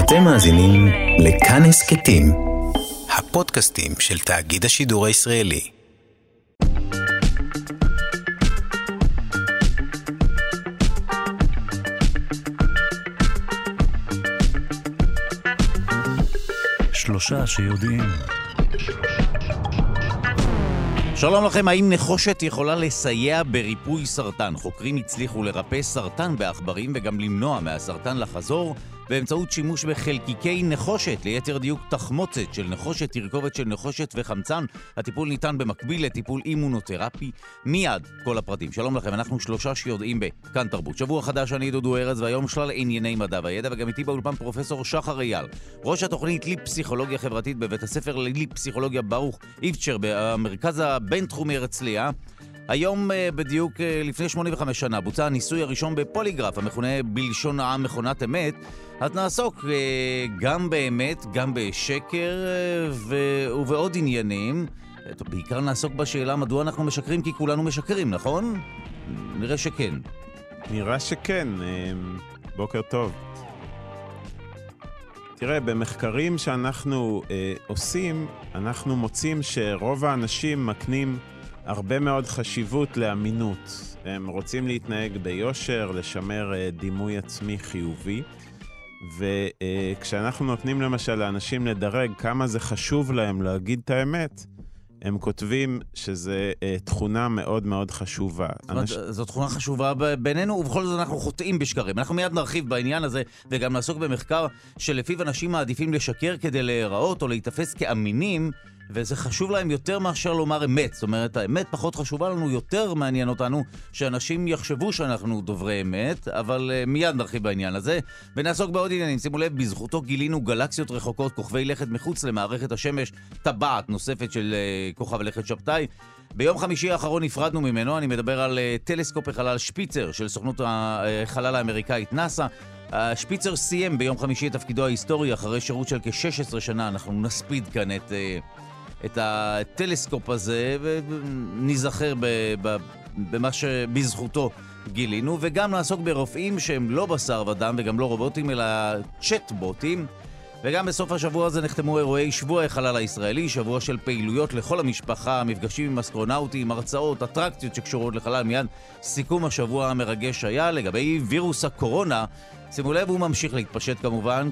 אתם מאזינים לכאן הסכתים, הפודקאסטים של תאגיד השידור הישראלי. שלושה שיודעים. שלום לכם, האם נחושת יכולה לסייע בריפוי סרטן? חוקרים הצליחו לרפא סרטן בעכברים וגם למנוע מהסרטן לחזור באמצעות שימוש בחלקיקי נחושת, ליתר דיוק תחמוצת של נחושת, תרכובת של נחושת וחמצן. הטיפול ניתן במקביל לטיפול אימונותרפי. מיד כל הפרטים. שלום לכם, אנחנו שלושה שיודעים בכאן תרבות. שבוע חדש, אני דודו ארז, והיום שלל ענייני מדע והידע, וגם איתי באולפן פרופסור שחר אייל, ראש התוכנית ליפסיכולוגיה חברתית בבית הספר לליפסיכולוגיה ברוך איפצ'ר במרכז הבינתחומי הרצליה. היום בדיוק לפני 85 שנה בוצע הניסוי הראשון בפוליגרף, המכונה בלשון העם מכונת אמת. אז נעסוק גם באמת, גם בשקר ובעוד עניינים. בעיקר נעסוק בשאלה מדוע אנחנו משקרים, כי כולנו משקרים, נכון? נראה שכן. נראה שכן. בוקר טוב. תראה, במחקרים שאנחנו עושים, אנחנו מוצאים שרוב האנשים מקנים הרבה מאוד חשיבות לאמינות. הם רוצים להתנהג ביושר, לשמר דימוי עצמי חיובי. וכשאנחנו נותנים למשל לאנשים לדרג כמה זה חשוב להם להגיד את האמת, הם כותבים שזה תכונה מאוד מאוד חשובה. זו תכונה חשובה בינינו, ובכל זאת אנחנו חוטאים בשקרים. אנחנו מיד נרחיב בעניין הזה, וגם נעסוק במחקר שלפיו אנשים מעדיפים לשקר כדי להיראות או להתאפס כאמינים, וזה חשוב להם יותר מאשר לומר אמת. זאת אומרת, האמת פחות חשובה לנו, יותר מעניין אותנו שאנשים יחשבו שאנחנו דוברי אמת, אבל מיד נרחיב בעניין הזה. ונעסוק בעוד עניינים. שימו לב, בזכותו גילינו גלקסיות רחוקות, כוכבי לכת מחוץ למערכת השמש, טבעת נוספת של כוכב לכת שבתאי. ביום חמישי האחרון נפרדנו ממנו. אני מדבר על טלסקופ החלל שפיצר של סוכנות החלל האמריקאית נאסא. שפיצר סיים ביום חמישי את תפקידו ההיסטורי אחרי שירות של כ-16 שנה. אנחנו נספיד כאן את הטלסקופ הזה ונזכר במה שבזכותו גילינו, וגם נעסוק ברופאים שהם לא בשר ודם וגם לא רובוטים אלא צ'טבוטים. וגם בסוף השבוע הזה נחתמו אירועי שבוע החלל הישראלי, שבוע של פעילויות לכל המשפחה, מפגשים עם אסטרונאוטים, הרצאות, אטרקציות שקשורות לחלל. מיד סיכום השבוע המרגש היה לגבי וירוס הקורונה. שימו לב, הוא ממשיך להתפשט כמובן.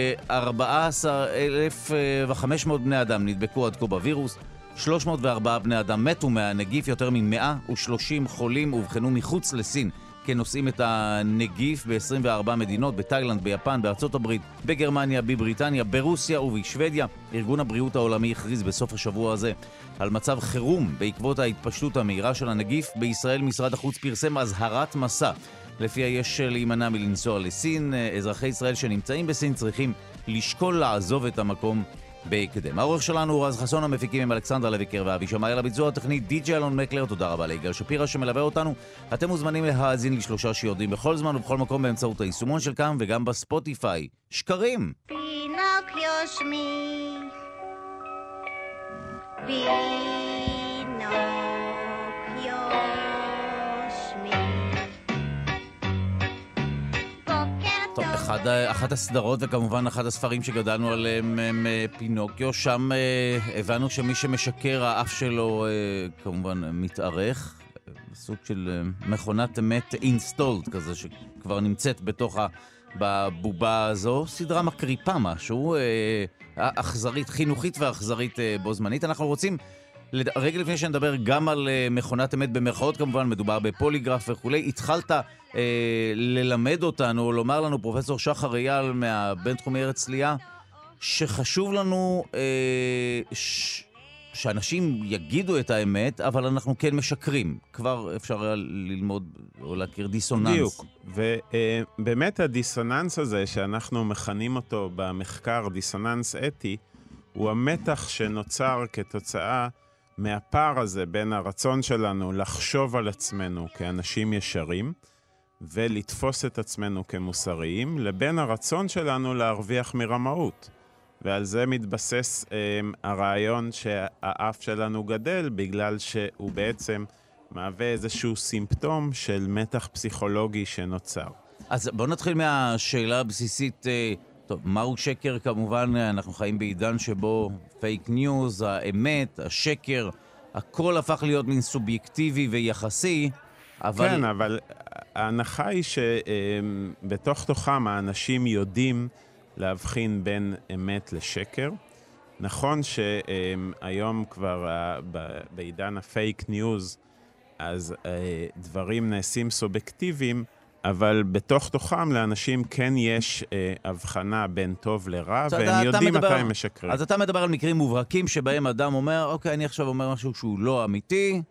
כ-14,500 בני אדם נדבקו עד כה בווירוס, 304 בני אדם מתו מהנגיף, יותר מ-130 חולים ובחנו מחוץ לסין כנושאים את הנגיף ב-24 מדינות, בתאילנד, ביפן, בארצות הברית, בגרמניה, בבריטניה, ברוסיה ובשוודיה. ארגון הבריאות העולמי הכריז בסוף השבוע הזה על מצב חירום בעקבות ההתפשטות המהירה של הנגיף. בישראל משרד החוץ פרסם אזהרת מסע לפיה יש להימנע מלנסוע לסין. אזרחי ישראל שנמצאים בסין צריכים לשקול לעזוב את המקום בהקדם. העורך שלנו הוא רז חסון, המפיקים עם אלכסנדר לויקר ואבי שמאי, לביצוע הטכנית די.ג'יי אלון מקלר. תודה רבה ליגאל שפירא שמלווה אותנו. אתם מוזמנים להאזין לשלושה שיודעים בכל זמן ובכל מקום באמצעות היישומון של כאן וגם בספוטיפיי. שקרים! פינוקיו שמי, פינוקיו שמי. טוב, אחת הסדרות וכמובן אחד הספרים שגדלנו עליהם הם פינוקיו. שם הבנו שמי שמשקר האף שלו כמובן מתארך, סוג של מכונת אמת אינסטולד כזה שכבר נמצאת בתוך בבובה הזו. סדרה מקריפה משהו, אכזרית, חינוכית ואכזרית בו זמנית. אנחנו רוצים רגע לפני שנדבר גם על מכונת אמת במרכאות, כמובן מדובר בפוליגרף וכולי. התחלת ללמד אותנו, לומר לנו פרופסור שחר אייל מהבינתחומי הרצליה, שחשוב לנו שאנשים יגידו את האמת, אבל אנחנו כן משקרים. כבר אפשר ללמוד או להכיר דיסוננס. בדיוק. ובאמת הדיסוננס הזה שאנחנו מכנים אותו במחקר דיסוננס אתי, הוא המתח שנוצר כתוצאה מהפער הזה בין הרצון שלנו לחשוב על עצמנו כאנשים ישרים ולתפוס את עצמנו כמוסריים, לבין הרצון שלנו להרוויח מרמאות. ועל זה מתבסס הרעיון שהאף שלנו גדל, בגלל שהוא בעצם מהווה איזשהו סימפטום של מתח פסיכולוגי שנוצר. אז בואו נתחיל מהשאלה הבסיסית. טוב, מהו שקר? כמובן, אנחנו חיים בעידן שבו פייק ניוז, האמת, השקר, הכל הפך להיות מין סובייקטיבי ויחסי, אבל... כן, אבל ההנחה היא שבתוך תוכם האנשים יודעים להבחין בין אמת לשקר. נכון שהיום כבר בעידן הפייק ניוז, אז דברים נעשים סובייקטיביים, אבל בתוך תוכם לאנשים כן יש הבחנה בין טוב לרע, והם יודעים מתי הם משקרים. אז אתה מדבר על מקרים מובהקים שבהם אדם אומר, אוקיי, אני עכשיו אומר משהו שהוא לא אמיתי,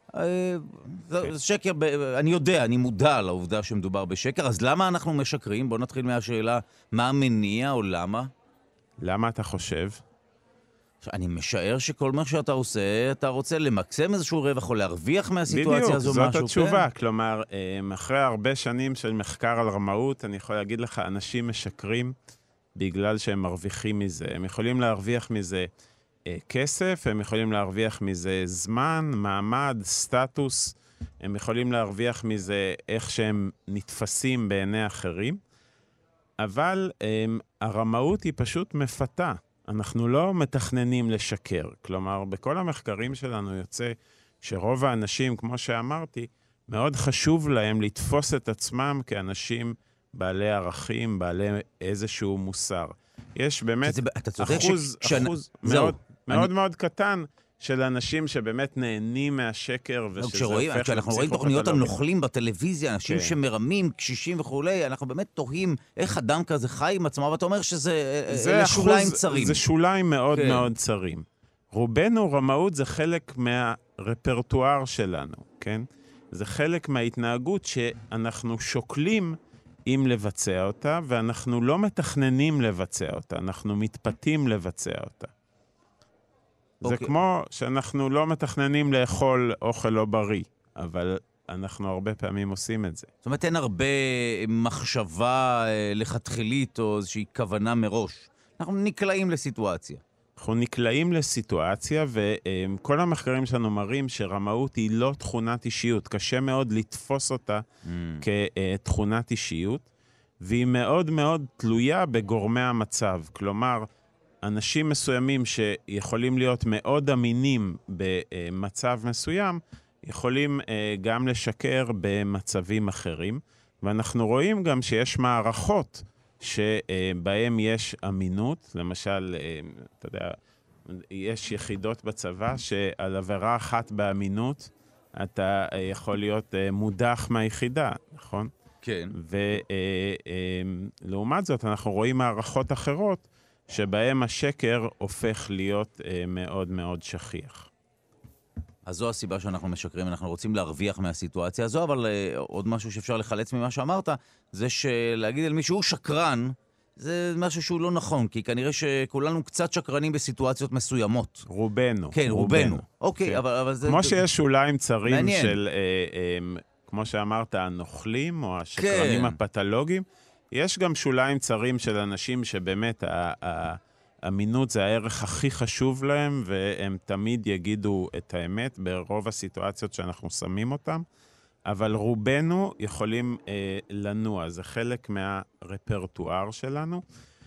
זה שקר, אני יודע, אני מודע לעובדה שמדובר בשקר, אז למה אנחנו משקרים? בוא נתחיל מהשאלה, מה המניע או למה? למה אתה חושב? אני משער שכל מה שאתה עושה, אתה רוצה למקסם איזשהו רווח או להרוויח מהסיטואציה הזו משהו. בדיוק, זאת התשובה. כן? כלומר, אחרי הרבה שנים של מחקר על רמאות, אני יכול להגיד לך, אנשים משקרים בגלל שהם מרוויחים מזה. הם יכולים להרוויח מזה כסף, הם יכולים להרוויח מזה זמן, מעמד, סטטוס, הם יכולים להרוויח מזה איך שהם נתפסים בעיני אחרים, אבל הרמאות היא פשוט מפתה. אנחנו לא מתכננים לשקר. כלומר, בכל המחקרים שלנו יוצא שרוב האנשים, כמו שאמרתי, מאוד חשוב להם לתפוס את עצמם כאנשים בעלי ערכים, בעלי איזשהו מוסר. יש באמת אחוז מאוד מאוד קטן של אנשים שבאמת נהנים מהשקר, כשאנחנו רואים תוכניות הנוכלים בטלוויזיה, אנשים שמרמים, קשישים וכולי, אנחנו באמת תוהים איך אדם כזה חי עם עצמו, ואתה אומר שזה שוליים צרים. זה שוליים מאוד מאוד צרים. רובנו רמאות זה חלק מהרפרטואר שלנו, כן? זה חלק מההתנהגות שאנחנו שוקלים אם לבצע אותה, ואנחנו לא מתכננים לבצע אותה, אנחנו מתפתים לבצע אותה. זה כמו שאנחנו לא מתכננים לאכול אוכל לא בריא, אבל אנחנו הרבה פעמים עושים את זה. זאת אומרת, אין הרבה מחשבה לכתחילית או איזושהי כוונה מראש. אנחנו נקלעים לסיטואציה. אנחנו נקלעים לסיטואציה, וכל המחקרים שלנו מראים שרמאות היא לא תכונת אישיות. קשה מאוד לתפוס אותה כתכונת אישיות, והיא מאוד מאוד תלויה בגורמי המצב. כלומר, אנשים מסוימים שיכולים להיות מאוד אמינים במצב מסוים, יכולים גם לשקר במצבים אחרים. ואנחנו רואים גם שיש מערכות שבהם יש אמינות. למשל, אתה יודע, יש יחידות בצבא שעל עבירה אחת באמינות, אתה יכול להיות מודח מהיחידה, נכון? כן. ולעומת זאת, אנחנו רואים מערכות אחרות, שבהם השקר הופך להיות מאוד מאוד שכיח. אז זו הסיבה שאנחנו משקרים, אנחנו רוצים להרוויח מהסיטואציה הזו, אבל עוד משהו שאפשר לחלץ ממה שאמרת, זה שלהגיד על מישהו שקרן, זה משהו שהוא לא נכון, כי כנראה שכולנו קצת שקרנים בסיטואציות מסוימות. רובנו. כן, רובנו. אוקיי, כן. אבל זה... כמו שיש שוליים צרים מעניין. של, כמו שאמרת, הנוכלים או השקרנים כן. הפתולוגיים, יש גם שוליים צרים של אנשים שבאמת האמינות זה הערך הכי חשוב להם, והם תמיד יגידו את האמת ברוב הסיטואציות שאנחנו שמים אותם, אבל רובנו יכולים לנוע, זה חלק מהרפרטואר שלנו,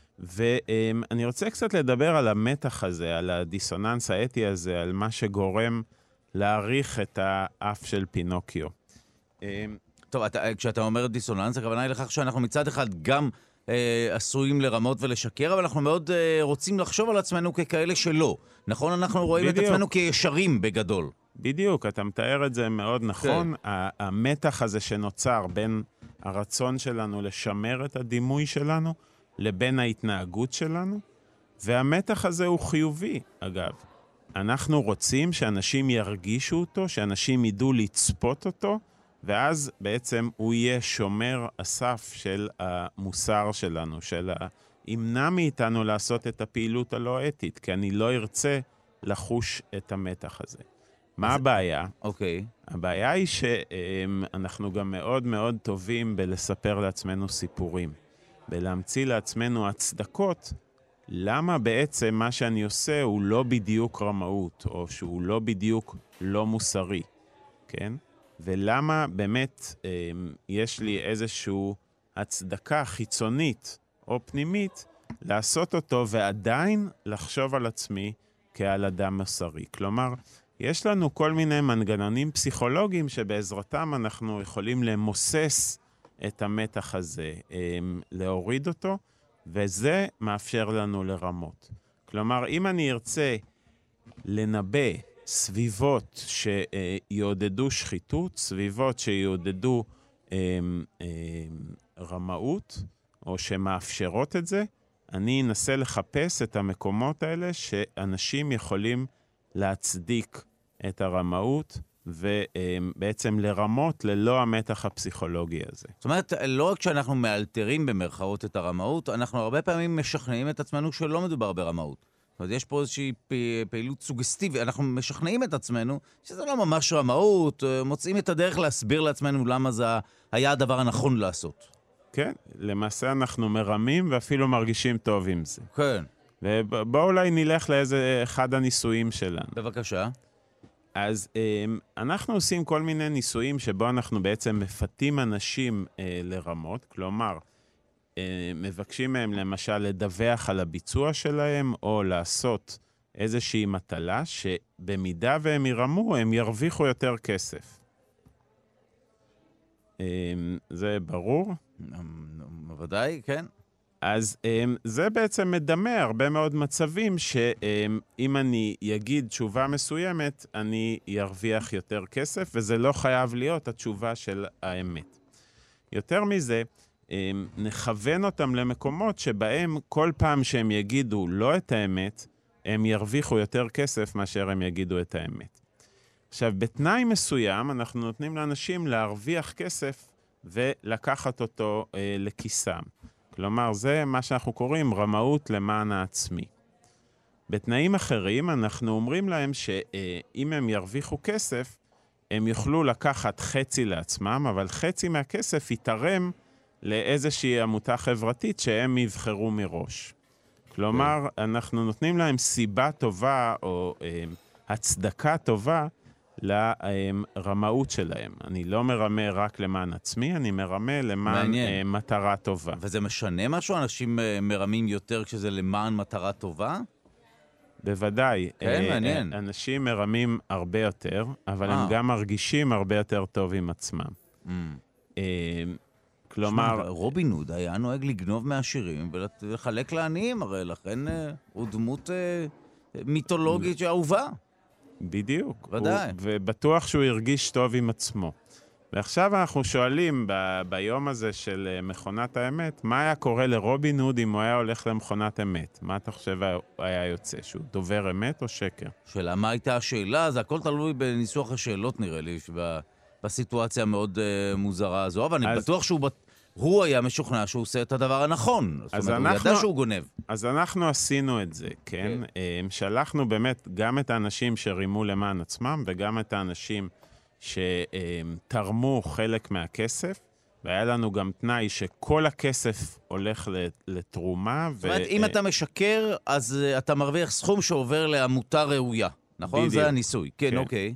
ואני רוצה קצת לדבר על המתח הזה, על הדיסוננס האתי הזה, על מה שגורם להעריך את האף של פינוקיו. טוב, כשאתה אומר דיסוננס, הכוונה היא לכך שאנחנו מצד אחד גם עשויים לרמות ולשקר, אבל אנחנו מאוד רוצים לחשוב על עצמנו ככאלה שלא. נכון? אנחנו רואים בדיוק. את עצמנו כישרים בגדול. בדיוק, אתה מתאר את זה מאוד נכון. כן. המתח הזה שנוצר בין הרצון שלנו לשמר את הדימוי שלנו, לבין ההתנהגות שלנו, והמתח הזה הוא חיובי, אגב. אנחנו רוצים שאנשים ירגישו אותו, שאנשים ידעו לצפות אותו, ואז בעצם הוא יהיה שומר הסף של המוסר שלנו, ימנע מאיתנו לעשות את הפעילות הלא אתית, כי אני לא ארצה לחוש את המתח הזה. מה הבעיה? אוקיי. הבעיה היא שאנחנו גם מאוד מאוד טובים בלספר לעצמנו סיפורים, בלהמציא לעצמנו הצדקות, למה בעצם מה שאני עושה הוא לא בדיוק רמאות, או שהוא לא בדיוק לא מוסרי, כן? ולמה באמת יש לי איזושהי הצדקה חיצונית או פנימית לעשות אותו ועדיין לחשוב על עצמי כעל אדם מוסרי. כלומר, יש לנו כל מיני מנגנונים פסיכולוגיים שבעזרתם אנחנו יכולים למוסס את המתח הזה, להוריד אותו, וזה מאפשר לנו לרמות. כלומר, אם אני ארצה לנבא סביבות שיעודדו שחיתות, סביבות שיעודדו רמאות, או שמאפשרות את זה, אני אנסה לחפש את המקומות האלה שאנשים יכולים להצדיק את הרמאות, ובעצם לרמות ללא המתח הפסיכולוגי הזה. זאת אומרת, לא רק שאנחנו מאלתרים במרכאות את הרמאות, אנחנו הרבה פעמים משכנעים את עצמנו שלא מדובר ברמאות. זאת אומרת, יש פה איזושהי פעילות סוגסטיבית, אנחנו משכנעים את עצמנו שזה לא ממש רמאות, מוצאים את הדרך להסביר לעצמנו למה זה היה הדבר הנכון לעשות. כן, למעשה אנחנו מרמים ואפילו מרגישים טוב עם זה. כן. ובואו אולי נלך לאיזה אחד הניסויים שלנו. בבקשה. אז אנחנו עושים כל מיני ניסויים שבו אנחנו בעצם מפתים אנשים לרמות, כלומר, מבקשים מהם למשל לדווח על הביצוע שלהם, או לעשות איזושהי מטלה, שבמידה והם ירמו, הם ירוויחו יותר כסף. זה ברור? בוודאי, כן. אז זה בעצם מדמה הרבה מאוד מצבים שאם אני אגיד תשובה מסוימת, אני ירוויח יותר כסף, וזה לא חייב להיות התשובה של האמת. יותר מזה, נכוון אותם למקומות שבהם כל פעם שהם יגידו לא את האמת, הם ירוויחו יותר כסף מאשר הם יגידו את האמת. עכשיו, בתנאי מסוים אנחנו נותנים לאנשים להרוויח כסף ולקחת אותו לכיסם. כלומר, זה מה שאנחנו קוראים רמאות למען העצמי. בתנאים אחרים אנחנו אומרים להם שאם הם ירוויחו כסף, הם יוכלו לקחת חצי לעצמם, אבל חצי מהכסף יתרם לאיזושהי עמותה חברתית שהם יבחרו מראש. כלומר, אנחנו נותנים להם סיבה טובה או הצדקה טובה לרמאות שלהם. אני לא מרמה רק למען עצמי, אני מרמה למען מטרה טובה. וזה משנה משהו? אנשים מרמים יותר כשזה למען מטרה טובה? בוודאי. כן, מעניין. אנשים מרמים הרבה יותר, אבל הם גם מרגישים הרבה יותר טוב עם עצמם. כלומר, רובין הוד היה נוהג לגנוב מהעשירים ולחלק לעניים, הרי לכן הוא דמות מיתולוגית אהובה. בדיוק. ודאי. ובטוח שהוא הרגיש טוב עם עצמו. ועכשיו אנחנו שואלים ביום הזה של מכונת האמת, מה היה קורה לרובין הוד אם הוא היה הולך למכונת אמת? מה אתה חושב היה יוצא? שהוא דובר אמת או שקר? שאלה, מה הייתה השאלה? זה הכל תלוי בניסוח השאלות, נראה לי, בסיטואציה המאוד מוזרה הזו, אבל אני בטוח שהוא היה משוכנע שהוא עושה את הדבר הנכון. זאת אומרת, הוא ידע שהוא גונב. אז אנחנו עשינו את זה, כן? שלחנו באמת גם את האנשים שרימו למען עצמם, וגם את האנשים שתרמו חלק מהכסף, והיה לנו גם תנאי שכל הכסף הולך לתרומה. זאת אומרת, אם אתה משקר, אז אתה מרוויח סכום שעובר לעמותה ראויה. נכון? בדיוק. זה הניסוי. כן, אוקיי.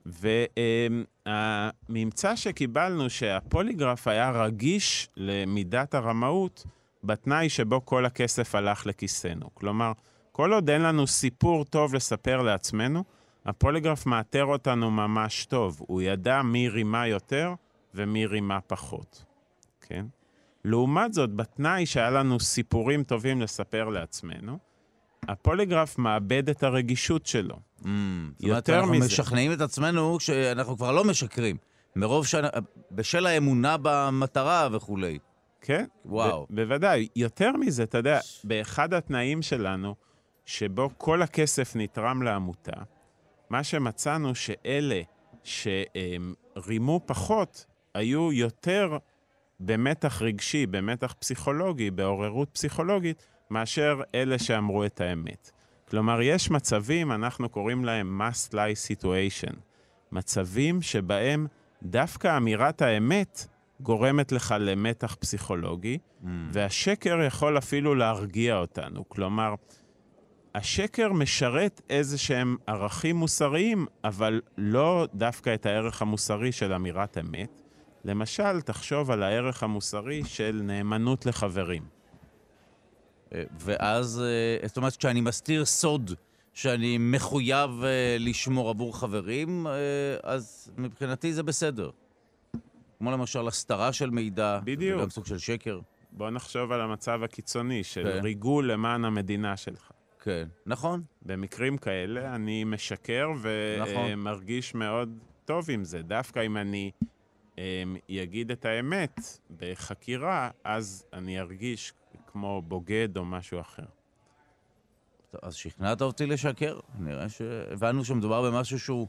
והממצא שקיבלנו שהפוליגרף היה רגיש למידת הרמאות בתנאי שבו כל הכסף הלך לכיסנו. כלומר, כל עוד אין לנו סיפור טוב לספר לעצמנו, הפוליגרף מאתר אותנו ממש טוב. הוא ידע מי רימה יותר ומי רימה פחות. כן? לעומת זאת, בתנאי שהיה לנו סיפורים טובים לספר לעצמנו, הפוליגרף מאבד את הרגישות שלו. זאת אומרת, אנחנו משכנעים את עצמנו שאנחנו כבר לא משקרים, מרוב בשל האמונה במטרה וכולי. כן, וואו. בוודאי. יותר מזה, אתה יודע, באחד התנאים שלנו, שבו כל הכסף נתרם לעמותה, מה שמצאנו שאלה שרימו פחות, היו יותר במתח רגשי, במתח פסיכולוגי, בעוררות פסיכולוגית, מאשר אלה שאמרו את האמת. כלומר, יש מצבים, אנחנו קוראים להם must lie situation. מצבים שבהם דווקא אמירת האמת גורמת לך למתח פסיכולוגי, והשקר יכול אפילו להרגיע אותנו. כלומר, השקר משרת איזה שהם ערכים מוסריים, אבל לא דווקא את הערך המוסרי של אמירת אמת. למשל, תחשוב על הערך המוסרי של נאמנות לחברים. ואז, זאת אומרת, כשאני מסתיר סוד שאני מחויב לשמור עבור חברים, אז מבחינתי זה בסדר. כמו למשל הסתרה של מידע, בדיוק. וגם סוג של שקר. בוא נחשוב על המצב הקיצוני של כן. ריגול למען המדינה שלך. כן, נכון. במקרים כאלה אני משקר ומרגיש מאוד טוב עם זה. דווקא אם אני אגיד את האמת בחקירה, אז אני ארגיש כמו בוגד או משהו אחר. טוב, אז שכנעת אותי לשקר. נראה שהבנו שמדובר במשהו שהוא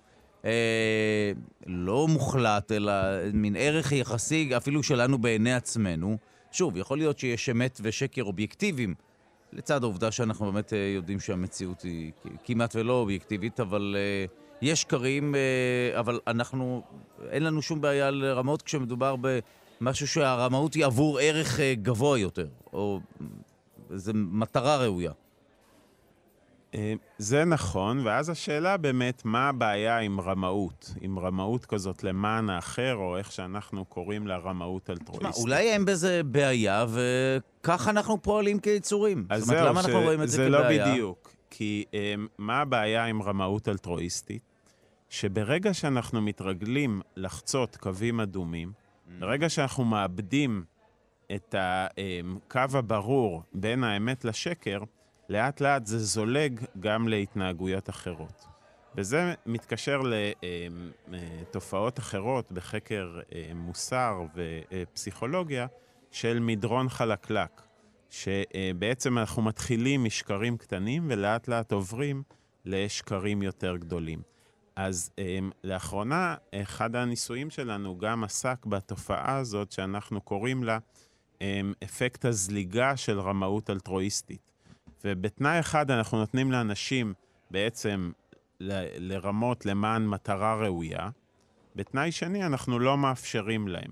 לא מוחלט, אלא מין ערך יחסי אפילו שלנו בעיני עצמנו. שוב, יכול להיות שיש אמת ושקר אובייקטיביים, לצד העובדה שאנחנו באמת יודעים שהמציאות היא כמעט ולא אובייקטיבית, אבל יש שקרים, אבל אין לנו שום בעיה לרמות כשמדובר במשהו שהרמאות היא עבור ערך גבוה יותר, או זו מטרה ראויה. זה נכון, ואז השאלה באמת, מה הבעיה עם רמאות? עם רמאות כזאת למען האחר, או איך שאנחנו קוראים לה רמאות אלטרואיסטית. אולי אין בזה בעיה, וכך אנחנו פועלים כיצורים. אז זאת אומרת, למה אנחנו רואים את זה כבעיה? זה לא בדיוק. כי מה הבעיה עם רמאות אלטרואיסטית? שברגע שאנחנו מתרגלים לחצות קווים אדומים, ברגע שאנחנו מאבדים את הקו הברור בין האמת לשקר, לאט לאט זה זולג גם להתנהגויות אחרות. וזה מתקשר לתופעות אחרות בחקר מוסר ופסיכולוגיה של מדרון חלקלק, שבעצם אנחנו מתחילים משקרים קטנים ולאט לאט עוברים לשקרים יותר גדולים. אז לאחרונה אחד הניסויים שלנו גם עסק בתופעה הזאת שאנחנו קוראים לה אפקט הזליגה של רמאות אלטרואיסטית. ובתנאי אחד אנחנו נותנים לאנשים בעצם לרמות למען מטרה ראויה, בתנאי שני אנחנו לא מאפשרים להם.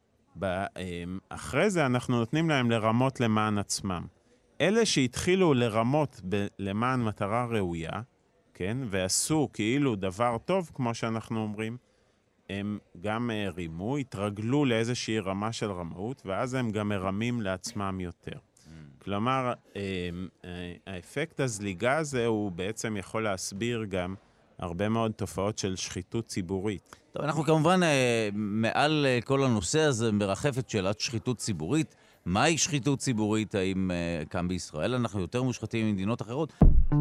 אחרי זה אנחנו נותנים להם לרמות למען עצמם. אלה שהתחילו לרמות למען מטרה ראויה, כן, ועשו כאילו דבר טוב, כמו שאנחנו אומרים, הם גם רימו, התרגלו לאיזושהי רמה של רמאות, ואז הם גם מרמים לעצמם יותר. כלומר, האפקט הזליגה הזה הוא בעצם יכול להסביר גם הרבה מאוד תופעות של שחיתות ציבורית. טוב, אנחנו כמובן מעל כל הנושא הזה מרחפת שאלת שחיתות ציבורית. מהי שחיתות ציבורית? האם כאן בישראל אנחנו יותר מושחתים ממדינות אחרות?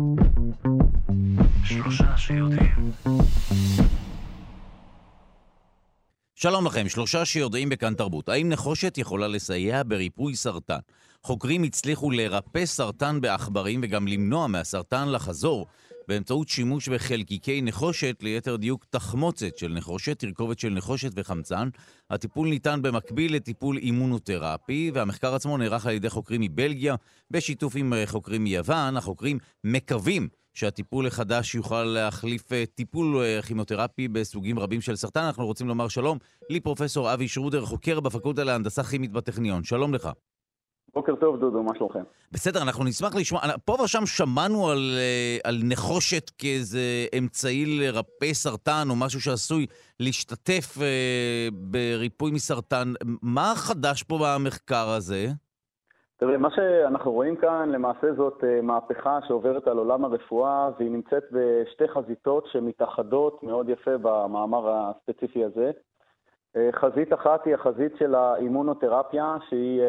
שלושה שיודעים. שלום לכם, שלושה שיודעים בכאן תרבות. האם נחושת יכולה לסייע בריפוי סרטן? חוקרים הצליחו לרפא סרטן בעכברים וגם למנוע מהסרטן לחזור באמצעות שימוש בחלקיקי נחושת, ליתר דיוק תחמוצת של נחושת, תרכובת של נחושת וחמצן. הטיפול ניתן במקביל לטיפול אימונותרפי, והמחקר עצמו נערך על ידי חוקרים מבלגיה, בשיתוף עם חוקרים מיוון. החוקרים מקווים שהטיפול החדש יוכל להחליף טיפול כימותרפי בסוגים רבים של סרטן. אנחנו רוצים לומר שלום לפרופסור אבי שרודר, חוקר בפקולטה להנדסה כימית בטכניון. שלום לך. בוקר טוב דודו, מה שלומכם? בסדר, אנחנו נשמח לשמוע, פה ושם שמענו על נחושת כאיזה אמצעי לרפא סרטן או משהו שעשוי להשתתף בריפוי מסרטן. מה חדש פה במחקר הזה? תראה, מה שאנחנו רואים כאן למעשה זאת מהפכה שעוברת על עולם הרפואה, והיא נמצאת בשתי חזיתות שמתאחדות מאוד יפה במאמר הספציפי הזה. חזית אחת היא החזית של האימונותרפיה, שהיא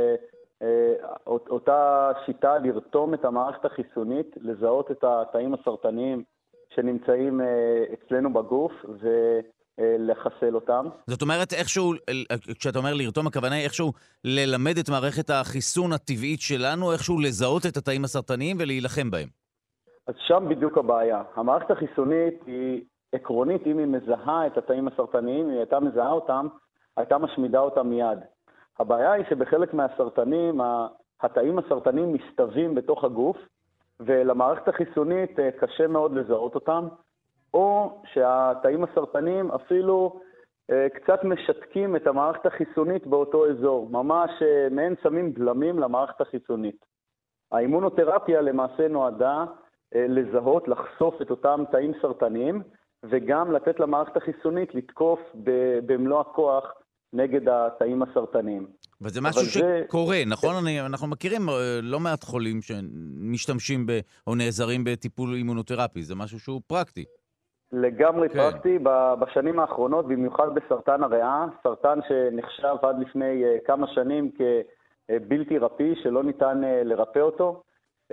אותה שיטה לרתום את המערכת החיסונית, לזהות את התאים הסרטניים שנמצאים אצלנו בגוף ולחסל אותם. זאת אומרת, איכשהו, כשאתה אומר לרתום, הכוונה היא איכשהו ללמד את מערכת החיסון הטבעית שלנו, איכשהו לזהות את התאים הסרטניים ולהילחם בהם. אז שם בדיוק הבעיה. המערכת החיסונית היא עקרונית, אם היא מזהה את התאים הסרטניים, היא הייתה מזהה אותם, הייתה משמידה אותם מיד. הבעיה היא שבחלק מהסרטנים, התאים הסרטניים מסתווים בתוך הגוף, ולמערכת החיסונית קשה מאוד לזהות אותם, או שהתאים הסרטניים אפילו קצת משתקים את המערכת החיסונית באותו אזור, ממש מעין שמים בלמים למערכת החיסונית. האימונותרפיה למעשה נועדה לזהות, לחשוף את אותם תאים סרטניים, וגם לתת למערכת החיסונית לתקוף במלוא הכוח נגד התאים הסרטניים. וזה משהו שקורה, נכון? אנחנו מכירים לא מעט חולים שמשתמשים או נעזרים בטיפול אימונותרפי, זה משהו שהוא פרקטי. לגמרי פרקטי. בשנים האחרונות, במיוחד בסרטן הריאה, סרטן שנחשב עד לפני כמה שנים כבלתי רפי, שלא ניתן לרפא אותו.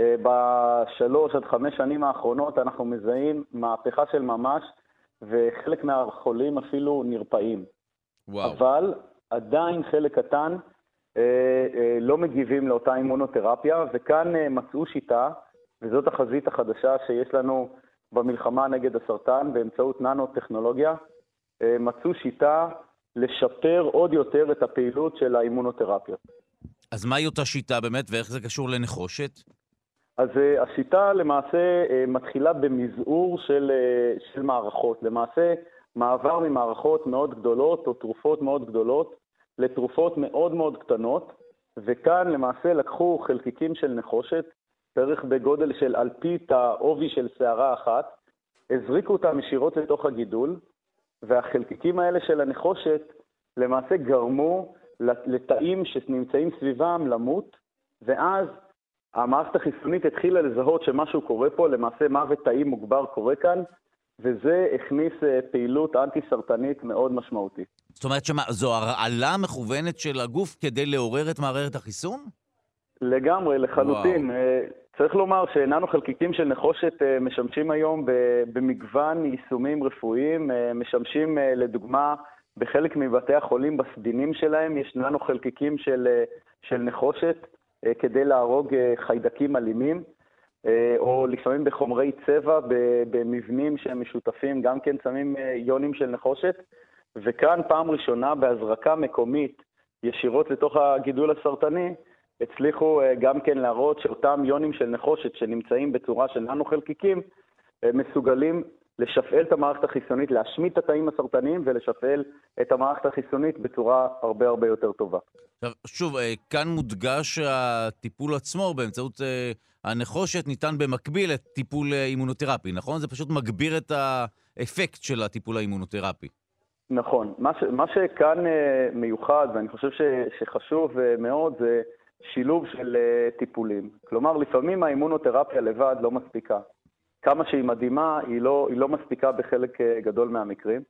ב3 עד 5 שנים האחרונות אנחנו מזהים מהפכה של ממש, וחלק מהחולים אפילו נרפאים. וואו. אבל עדיין חלק קטן לא מגיבים לאותה אימונותרפיה, וכאן מצאו שיטה, וזאת החזית החדשה שיש לנו במלחמה נגד הסרטן באמצעות ננו-טכנולוגיה, מצאו שיטה לשפר עוד יותר את הפעילות של האימונותרפיות. אז מהי אותה שיטה באמת, ואיך זה קשור לנחושת? אז השיטה למעשה מתחילה במזעור של מערכות. למעשה מעבר ממערכות מאוד גדולות או תרופות מאוד גדולות לתרופות מאוד מאוד קטנות, וכאן למעשה לקחו חלקיקים של נחושת, בערך בגודל של אלפית העובי של שערה אחת, הזריקו אותם ישירות לתוך הגידול, והחלקיקים האלה של הנחושת למעשה גרמו לתאים שנמצאים סביבם למות, ואז המערכת החיסונית התחילה לזהות שמשהו קורה פה, למעשה מוות תאי מוגבר קורה כאן, וזה הכניס פעילות אנטי-סרטנית מאוד משמעותית. זאת אומרת זו הרעלה מכוונת של הגוף כדי לעורר את מערכת החיסון? לגמרי, לחלוטין. צריך לומר שננו חלקיקים של נחושת משמשים היום במגוון יישומים רפואיים, משמשים לדוגמה בחלק מבתי החולים בסדינים שלהם, יש ננו חלקיקים של נחושת כדי להרוג חיידקים אלימים, או לפעמים בחומרי צבע במבנים שהם משותפים, גם כן שמים יונים של נחושת, וכאן פעם ראשונה בהזרקה מקומית ישירות לתוך הגידול הסרטני, הצליחו גם כן להראות שאותם יונים של נחושת שנמצאים בצורה של ננו חלקיקים, מסוגלים לשפעל את המערכת החיסונית, להשמיד את התאים הסרטניים ולשפעל את המערכת החיסונית בצורה הרבה הרבה יותר טובה. שוב, כאן מודגש שהטיפול עצמו באמצעות הנחושת ניתן במקביל לטיפול אימונותרפי, נכון? זה פשוט מגביר את האפקט של הטיפול האימונותרפי. נכון. מה שכאן מיוחד, ואני חושב שחשוב מאוד, זה שילוב של טיפולים. כלומר, לפעמים האימונותרפיה לבד לא מספיקה. כמה שהיא מדהימה, היא לא מספיקה בחלק גדול מהמקרים.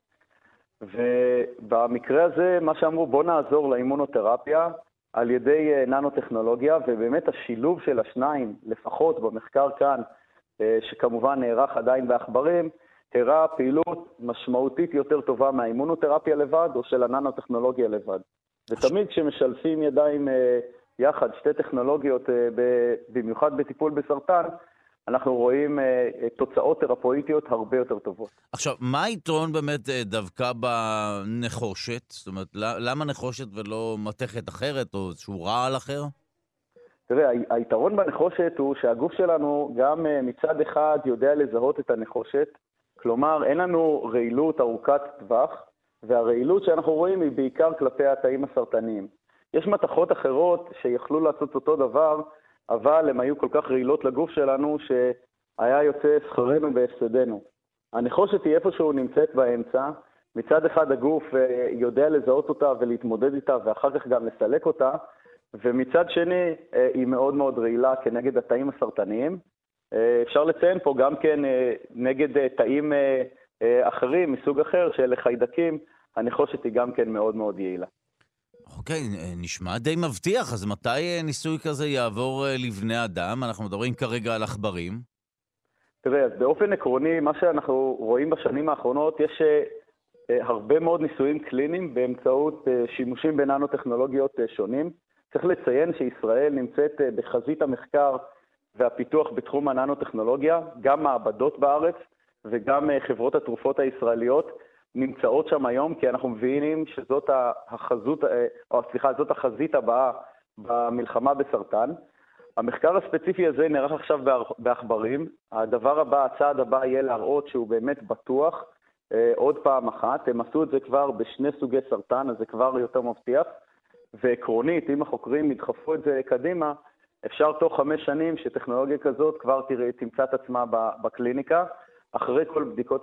ובמקרה הזה, מה שאמרו, בוא נעזור לאימונותרפיה על ידי ננו-טכנולוגיה, ובאמת השילוב של השניים, לפחות במחקר כאן, שכמובן נערך עדיין בעכברים, הראה פעילות משמעותית יותר טובה מהאימונותרפיה לבד, או של הננו-טכנולוגיה לבד. ותמיד כשמשלפים ידיים יחד, שתי טכנולוגיות, במיוחד בטיפול בסרטן, אנחנו רואים תוצאות תרפויטיות הרבה יותר טובות. עכשיו, מה היתרון באמת דווקא בנחושת? זאת אומרת, למה נחושת ולא מתכת אחרת או איזשהו רעל אחר? תראה, היתרון בנחושת הוא שהגוף שלנו גם מצד אחד יודע לזהות את הנחושת, כלומר אין לנו רעילות ארוכת טווח, והרעילות שאנחנו רואים היא בעיקר כלפי התאים הסרטניים. יש מתכות אחרות שיכלו לעשות אותו דבר, אבל הן היו כל כך רעילות לגוף שלנו שהיה יוצא שכרנו בהפסדנו. הנחושת היא איפשהו נמצאת באמצע, מצד אחד הגוף יודע לזהות אותה ולהתמודד איתה ואחר כך גם לסלק אותה, ומצד שני היא מאוד מאוד רעילה כנגד התאים הסרטניים. אפשר לציין פה גם כן נגד תאים אחרים מסוג אחר של חיידקים, הנחושת היא גם כן מאוד מאוד יעילה. אוקיי, נשמע די מבטיח, אז מתי ניסוי כזה יעבור לבני אדם? אנחנו מדברים כרגע על עכברים. תראה, אז באופן עקרוני, מה שאנחנו רואים בשנים האחרונות, יש הרבה מאוד ניסויים קליניים באמצעות שימושים בננו-טכנולוגיות שונים. צריך לציין שישראל נמצאת בחזית המחקר והפיתוח בתחום הננו-טכנולוגיה, גם מעבדות בארץ וגם חברות התרופות הישראליות נמצאות שם היום, כי אנחנו מבינים שזאת זאת החזית הבאה במלחמה בסרטן. המחקר הספציפי הזה נערך עכשיו בעכברים. הצעד הבא יהיה להראות שהוא באמת בטוח עוד פעם אחת. הם עשו את זה כבר בשני סוגי סרטן, אז זה כבר יותר מבטיח. ועקרונית, אם החוקרים ידחפו את זה קדימה, אפשר תוך 5 שנים שטכנולוגיה כזאת כבר תמצא את עצמה בקליניקה, אחרי כל בדיקות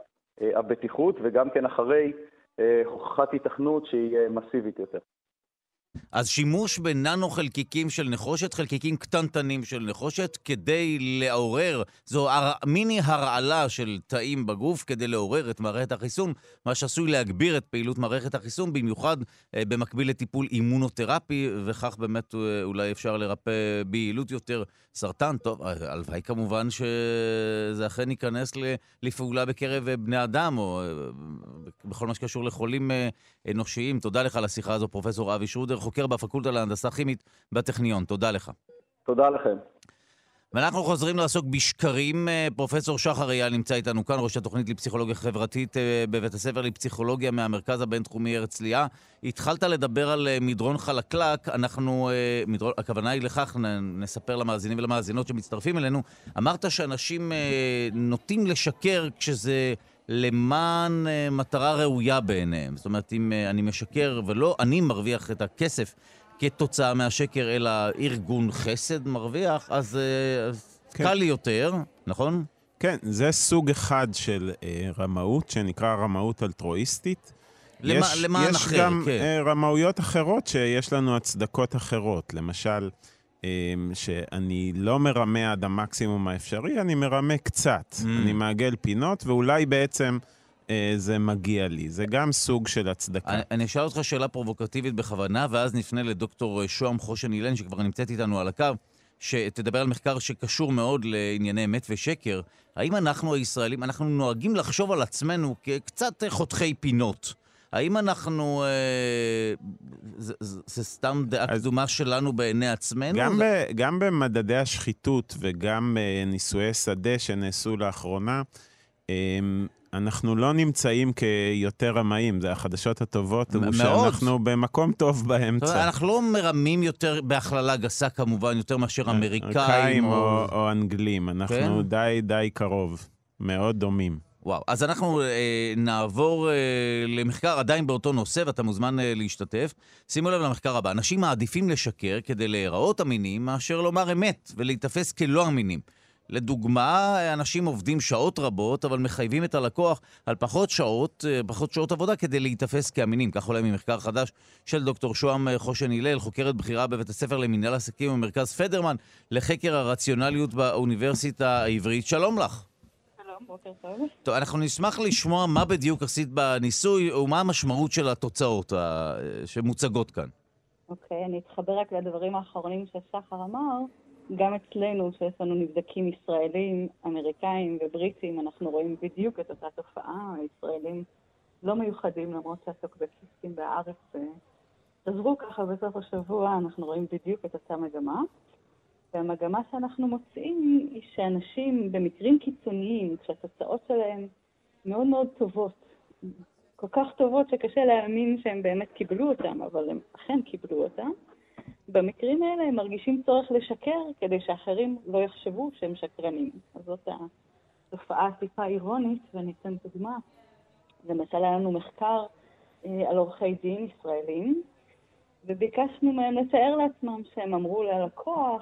הבטיחות, וגם כן אחרי הוכחת התכנות שהיא מסיבית יותר. אז שימוש בננו חלקיקים של נחושת, חלקיקים קטנטנים של נחושת, כדי לעורר, זו מיני הרעלה של תאים בגוף, כדי לעורר את מערכת החיסון, מה שעשוי להגביר את פעילות מערכת החיסון, במיוחד במקביל לטיפול אימונותרפי, וכך באמת אולי אפשר לרפא ביעילות יותר סרטן. טוב, הלוואי כמובן שזה אכן ייכנס לפעולה בקרב בני אדם, או בכל מה שקשור לחולים אנושיים. תודה לך על השיחה הזו, פרופסור אבי שרודר, חוקר בפקולטה להנדסה כימית בטכניון. תודה לך. תודה לכם. ואנחנו חוזרים לעסוק בשקרים. פרופסור שחר אייל נמצא איתנו כאן, ראש התוכנית לפסיכולוגיה חברתית בבית הספר לפסיכולוגיה מהמרכז הבינתחומי הרצליה. התחלת לדבר על מדרון חלקלק, הכוונה היא לכך, נספר למאזינים ולמאזינות שמצטרפים אלינו. אמרת שאנשים נוטים לשקר כשזה למען מטרה ראויה בעיניהם. זאת אומרת, אם אני משקר ולא אני מרוויח את הכסף כתוצאה מהשקר, אלא ארגון חסד מרוויח, אז כן. קל לי יותר, נכון? כן, זה סוג אחד של רמאות, שנקרא רמאות אלטרואיסטית. למען יש אחר, גם כן. רמאויות אחרות שיש לנו הצדקות אחרות. למשל, שאני לא מרמה עד המקסימום האפשרי, אני מרמה קצת. אני מעגל פינות, ואולי בעצם זה מגיע לי. זה גם סוג של הצדקה. אני אשאל אותך שאלה פרובוקטיבית בכוונה, ואז נפנה לדוקטור שוהם חושן אילן, שכבר נמצאת איתנו על הקו, שתדבר על מחקר שקשור מאוד לענייני אמת ושקר. האם אנחנו הישראלים, אנחנו נוהגים לחשוב על עצמנו כקצת חותכי פינות? האם אנחנו, זה סתם דעה קדומה שלנו בעיני עצמנו? גם במדדי השחיתות וגם ניסויי שדה שנעשו לאחרונה, אנחנו לא נמצאים כיותר רמאים, זה החדשות הטובות, הוא שאנחנו במקום טוב באמצע. אנחנו לא מרמים יותר, בהכללה גסה כמובן, יותר מאשר אמריקאים או אנגלים, אנחנו די קרוב, מאוד דומים. וואו, אז אנחנו נעבור למחקר עדיין באותו נושא, ואתה מוזמן להשתתף. שימו לב למחקר הבא, אנשים מעדיפים לשקר כדי להיראות אמינים, מאשר לומר אמת ולהתאפס כלא אמינים. לדוגמה, אנשים עובדים שעות רבות, אבל מחייבים את הלקוח על פחות שעות עבודה כדי להתאפס כאמינים. כך עולה ממחקר חדש של דוקטור שוהם חושן הלל, חוקרת בכירה בבית הספר למנהל עסקים במרכז פדרמן, לחקר הרציונליות באוניברסיטה העברית. שלום לך. שלום, בוקר טוב. טוב, אנחנו נשמח לשמוע מה בדיוק עשית בניסוי, ומה המשמעות של התוצאות שמוצגות כאן. אוקיי, אני אתחבר רק לדברים האחרונים ששחר אמר. גם אצלנו, שיש לנו נבדקים ישראלים, אמריקאים ובריטים, אנחנו רואים בדיוק את אותה תופעה. הישראלים לא מיוחדים, למרות שהטוקבקיסטים בארץ חזרו ככה בסוף השבוע, אנחנו רואים בדיוק את אותה מגמה. והמגמה שאנחנו מוצאים היא שאנשים במקרים קיצוניים, כשהתוצאות שלהם מאוד מאוד טובות, כל כך טובות שקשה להאמין שהם באמת קיבלו אותם, אבל הם אכן קיבלו אותם, במקרים האלה הם מרגישים צורך לשקר כדי שאחרים לא יחשבו שהם שקרנים. אז זאת התופעה טיפה אירונית, וניתן דוגמה. למשל, היה לנו מחקר על עורכי דין ישראלים, וביקשנו מהם לתאר לעצמם שהם אמרו ללקוח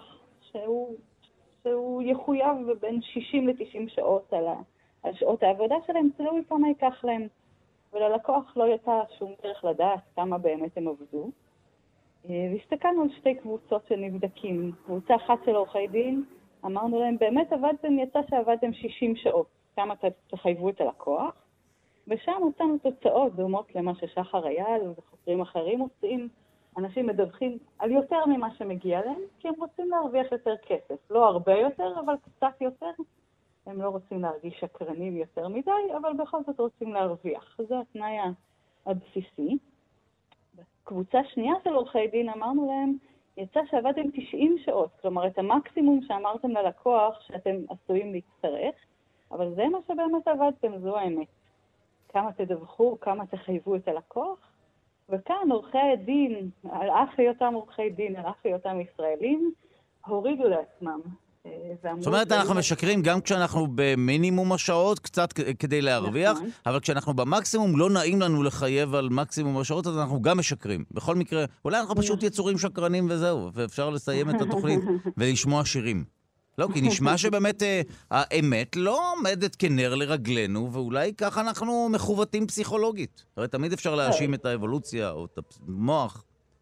שהוא יחויב בין 60 ל-90 שעות על שעות העבודה שלהם, תלוי כמה ייקח להם. וללקוח לא הייתה שום דרך לדעת כמה באמת הם עבדו. והסתכלנו על שתי קבוצות של נבדקים. קבוצה אחת של עורכי דין, אמרנו להם, באמת עבדתם, יצא שעבדתם 60 שעות. כמה תחייבו את הלקוח? ושם אותנו תוצאות דומות למה ששחר אייל וחוקרים אחרים מוצאים. אנשים מדווחים על יותר ממה שמגיע להם, כי הם רוצים להרוויח יותר כסף. לא הרבה יותר, אבל קצת יותר. הם לא רוצים להרגיש שקרנים יותר מדי, אבל בכל זאת רוצים להרוויח. זה התנאי הבסיסי. בקבוצה שנייה של עורכי דין אמרנו להם, יצא שעבדתם 90 שעות, כלומר את המקסימום שאמרתם ללקוח שאתם עשויים להצטרך, אבל זה מה שבאמת עבדתם, זו האמת. כמה תדווחו, כמה תחייבו את הלקוח, וכאן עורכי הדין, על אף היותם עורכי דין, על אף היותם ישראלים, הורידו לעצמם. זאת אומרת, אנחנו משקרים גם כשאנחנו במינימום השעות, קצת כדי להרוויח, אבל כשאנחנו במקסימום לא נעים לנו לחייב על מקסימום השעות, אז אנחנו גם משקרים. בכל מקרה, אולי אנחנו פשוט יצורים שקרנים וזהו, ואפשר לסיים את התוכנית ולשמוע שירים. לא, כי נשמע שבאמת האמת לא עומדת כנר לרגלנו, ואולי ככה אנחנו מחוותים פסיכולוגית. הרי תמיד אפשר להאשים את האבולוציה או את המוח.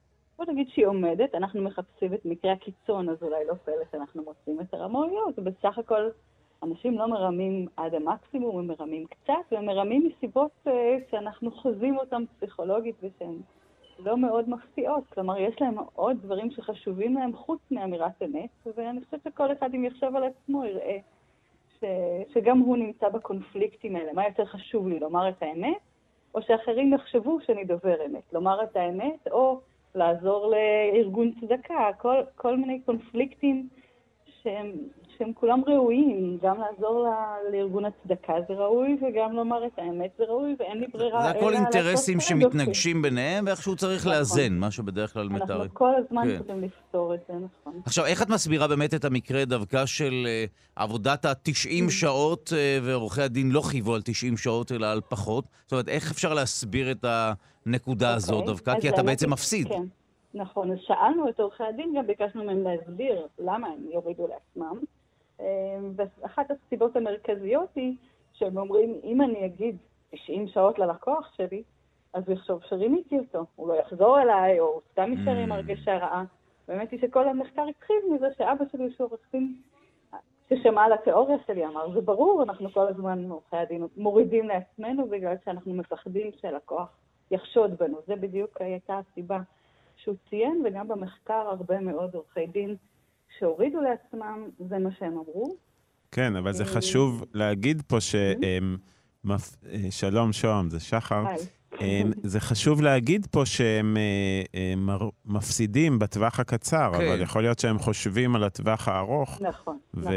בוא נגיד שהיא עומדת, אנחנו מחפשים את מקרה הקיצון, אז אולי לא פלא שאנחנו מוצאים את הרמאויות, ובסך הכל אנשים לא מרמים עד המקסימום, הם מרמים קצת, והם מרמים מסיבות שאנחנו חוזים אותם פסיכולוגית ושהן לא מאוד מפתיעות. כלומר, יש להם עוד דברים שחשובים להם חוץ מאמירת אמת, ואני חושבת שכל אחד אם יחשוב על עצמו יראה שגם הוא נמצא בקונפליקטים האלה. מה יותר חשוב לי, לומר את האמת, או שאחרים יחשבו שאני דובר אמת? לומר את האמת, או לעזור לארגון צדקה, כל מיני קונפליקטים שהם כולם ראויים, גם לעזור לארגון הצדקה זה ראוי, וגם לומר את האמת זה ראוי, ואין לי ברירה. זה הכל אינטרסים שמתנגשים ביניהם, ואיכשהו צריך לאזן, מה שבדרך כלל מתאר. אנחנו כל הזמן צריכים לפתור את זה, נכון. עכשיו, איך את מסבירה באמת את המקרה דווקא של עבודת ה-90 שעות, ועורכי הדין לא חייבו על 90 שעות, אלא על פחות? זאת אומרת, איך אפשר להסביר את הנקודה הזאת דווקא? כי אתה בעצם מפסיד. כן. נכון, אז שאלנו את עורכי הדין, גם ביקשנו מהם להסביר למה הם יורידו לעצמם. ואחת הסיבות המרכזיות היא שהם אומרים, אם אני אגיד 90 שעות ללקוח שלי, אז הוא יחשוב שרימיתי אותו, הוא לא יחזור אליי, או הוא סתם יישאר עם הרגשה רעה. באמת היא שכל המחקר התחיל מזה שאבא שלי שהוא עורך דין ששמע על התיאוריה שלי, אמר, זה ברור, אנחנו כל הזמן עורכי הדין מורידים לעצמנו, בגלל שאנחנו מפחדים שהלקוח יחשוד בנו. זה בדיוק הייתה הסיבה שהוא ציין, וגם במחקר הרבה מאוד עורכי דין שהורידו לעצמם, זה מה שהם אמרו. כן, אבל זה חשוב להגיד פה שלום שוהם, זה שחר. זה חשוב להגיד פה שהם מפסידים בטווח הקצר, אבל יכול להיות שהם חושבים על הטווח הארוך. נכון.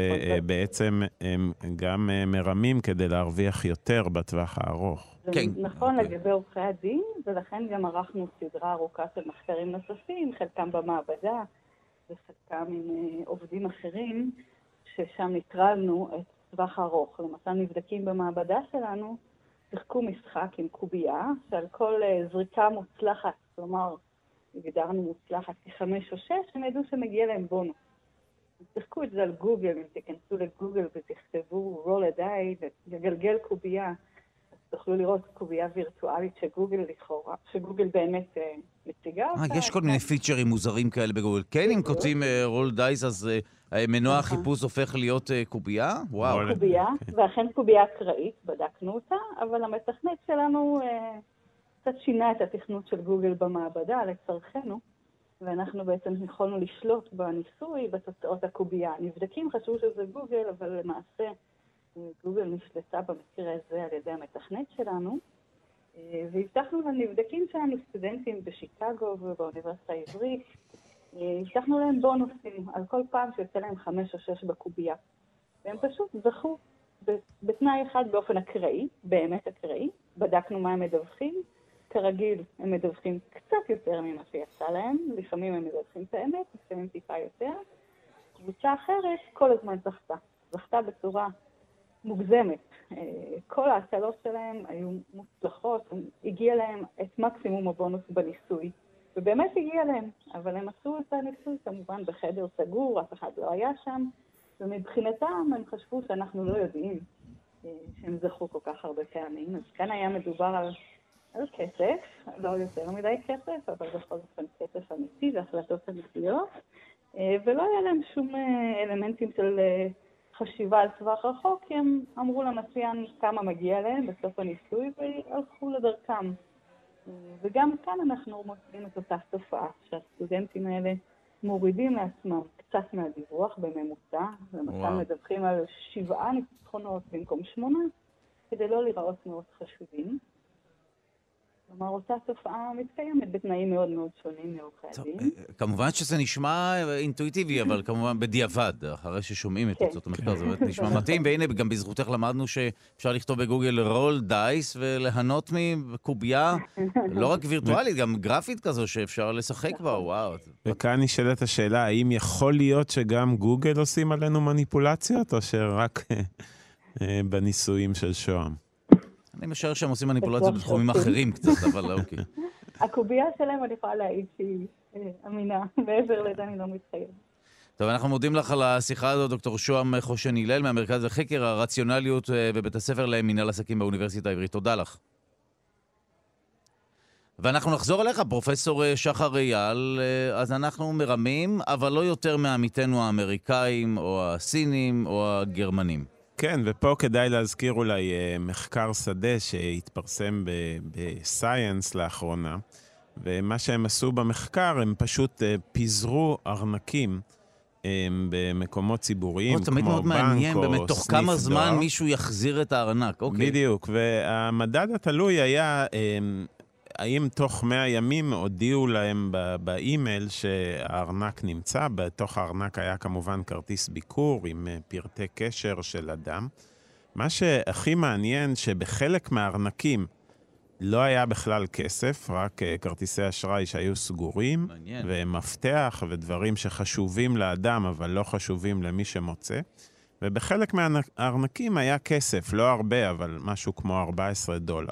ובעצם הם גם מרמים כדי להרוויח יותר בטווח הארוך. זה נכון לגבי עורכי הדין, ולכן גם ערכנו סדרה ארוכה של מחקרים נוספים, חלקם במעבדה, וחלקם עם עובדים אחרים, ששם נטרלנו את טווח הארוך. למשל נבדקים במעבדה שלנו, שיחקו משחק עם קובייה, שעל כל זריקה מוצלחת, כלומר, הגדרנו מוצלחת כ5 או 6, הם ידעו שמגיע להם בונוס. שיחקו את זה על גוגל, אם תיכנסו לגוגל ותכתבו roll a die, לגלגל קובייה, אז תוכלו לראות קובייה וירטואלית שגוגל באמת מציגה אותה. יש כל מיני פיצ'רים מוזרים כאלה בגוגל. כן, אם כותבים roll dice, אז מנוע החיפוש הופך להיות קובייה? וואו. קובייה, ואכן קובייה אקראית, בדקנו אותה, אבל המתכנת שלנו קצת שינה את התכנות של גוגל במעבדה לצרכנו, ואנחנו בעצם יכולנו לשלוט בניסוי בתוצאות הקובייה. נבדקים חשבו שזה גוגל, אבל למעשה גוגל נשלטה במקרה הזה על ידי המתכנת שלנו, והבטחנו לנבדקים שלנו, סטודנטים בשיקגו ובאוניברסיטה העברית, הבטחנו להם בונוסים על כל פעם שיוצא להם 5 או 6 בקובייה. והם פשוט זכו בתנאי אחד באופן אקראי, באמת אקראי. בדקנו מה הם מדווחים. כרגיל הם מדווחים קצת יותר ממה שיצא להם. לפעמים הם מדווחים את האמת, לפעמים טיפה יותר. קבוצה אחרת כל הזמן זכתה בצורה מוגזמת. כל ההצלות שלהם היו מוצלחות, הגיע להם את מקסימום הבונוס בניסוי. ובאמת הגיע להם, אבל הם עשו את הניסוי כמובן בחדר סגור, אף אחד לא היה שם, ומבחינתם הם חשבו שאנחנו לא יודעים שהם זכו כל כך הרבה פעמים. אז כאן היה מדובר על כסף, לא יותר מדי כסף, אבל בכל אופן כסף אמיתי והחלטות אמיתיות, ולא היה להם שום אלמנטים של חשיבה על טווח רחוק, כי הם אמרו לנסיין כמה מגיע להם בסוף הניסוי והלכו לדרכם. וגם כאן אנחנו מוצאים את אותה תופעה, שהסטודנטים האלה מורידים לעצמם קצת מהדיווח בממוצע, למשל מדווחים על 7 ניצחונות במקום 8, כדי לא להיראות מאוד חשודים. כלומר, אותה תופעה מתקיימת בתנאים מאוד מאוד שונים מעורכי הדין. כמובן שזה נשמע אינטואיטיבי, אבל כמובן בדיעבד, אחרי ששומעים את תוצאות המחקר, זה באמת נשמע מתאים, והנה גם בזכותך למדנו שאפשר לכתוב בגוגל roll dice וליהנות מקובייה, לא רק וירטואלית, גם גרפית כזו שאפשר לשחק בה, וואו. וכאן נשאלת השאלה, האם יכול להיות שגם גוגל עושים עלינו מניפולציות, או שרק בניסויים של שוהם? אני משער שהם עושים מניפולציות בתחומים אחרים קצת, אבל אוקיי. הקובייה שלהם אני יכולה להעיד שהיא אמינה, מעבר לזה אני לא מתחייבת. טוב, אנחנו מודים לך על השיחה הזו, דוקטור שוהם חושן הלל, מהמרכז לחקר הרציונליות בבית הספר למינהל עסקים באוניברסיטה העברית. תודה לך. ואנחנו נחזור אליך, פרופסור שחר אייל, אז אנחנו מרמים, אבל לא יותר מעמיתנו האמריקאים, או הסינים, או הגרמנים. כן, ופה כדאי להזכיר אולי מחקר שדה שהתפרסם בסייאנס לאחרונה, ומה שהם עשו במחקר, הם פשוט פיזרו ארנקים במקומות ציבוריים, כמו בנק או סניף דואר. תמיד מאוד מעניין, באמת, תוך כמה זמן מישהו יחזיר את הארנק, אוקיי. בדיוק, והמדד התלוי היה, האם תוך 100 ימים הודיעו להם באימייל שהארנק נמצא, בתוך הארנק היה כמובן כרטיס ביקור עם פרטי קשר של אדם. מה שהכי מעניין שבחלק מהארנקים לא היה בכלל כסף, רק כרטיסי אשראי שהיו סגורים, מעניין. ומפתח ודברים שחשובים לאדם אבל לא חשובים למי שמוצא. ובחלק מהארנקים היה כסף, לא הרבה, אבל משהו כמו $14.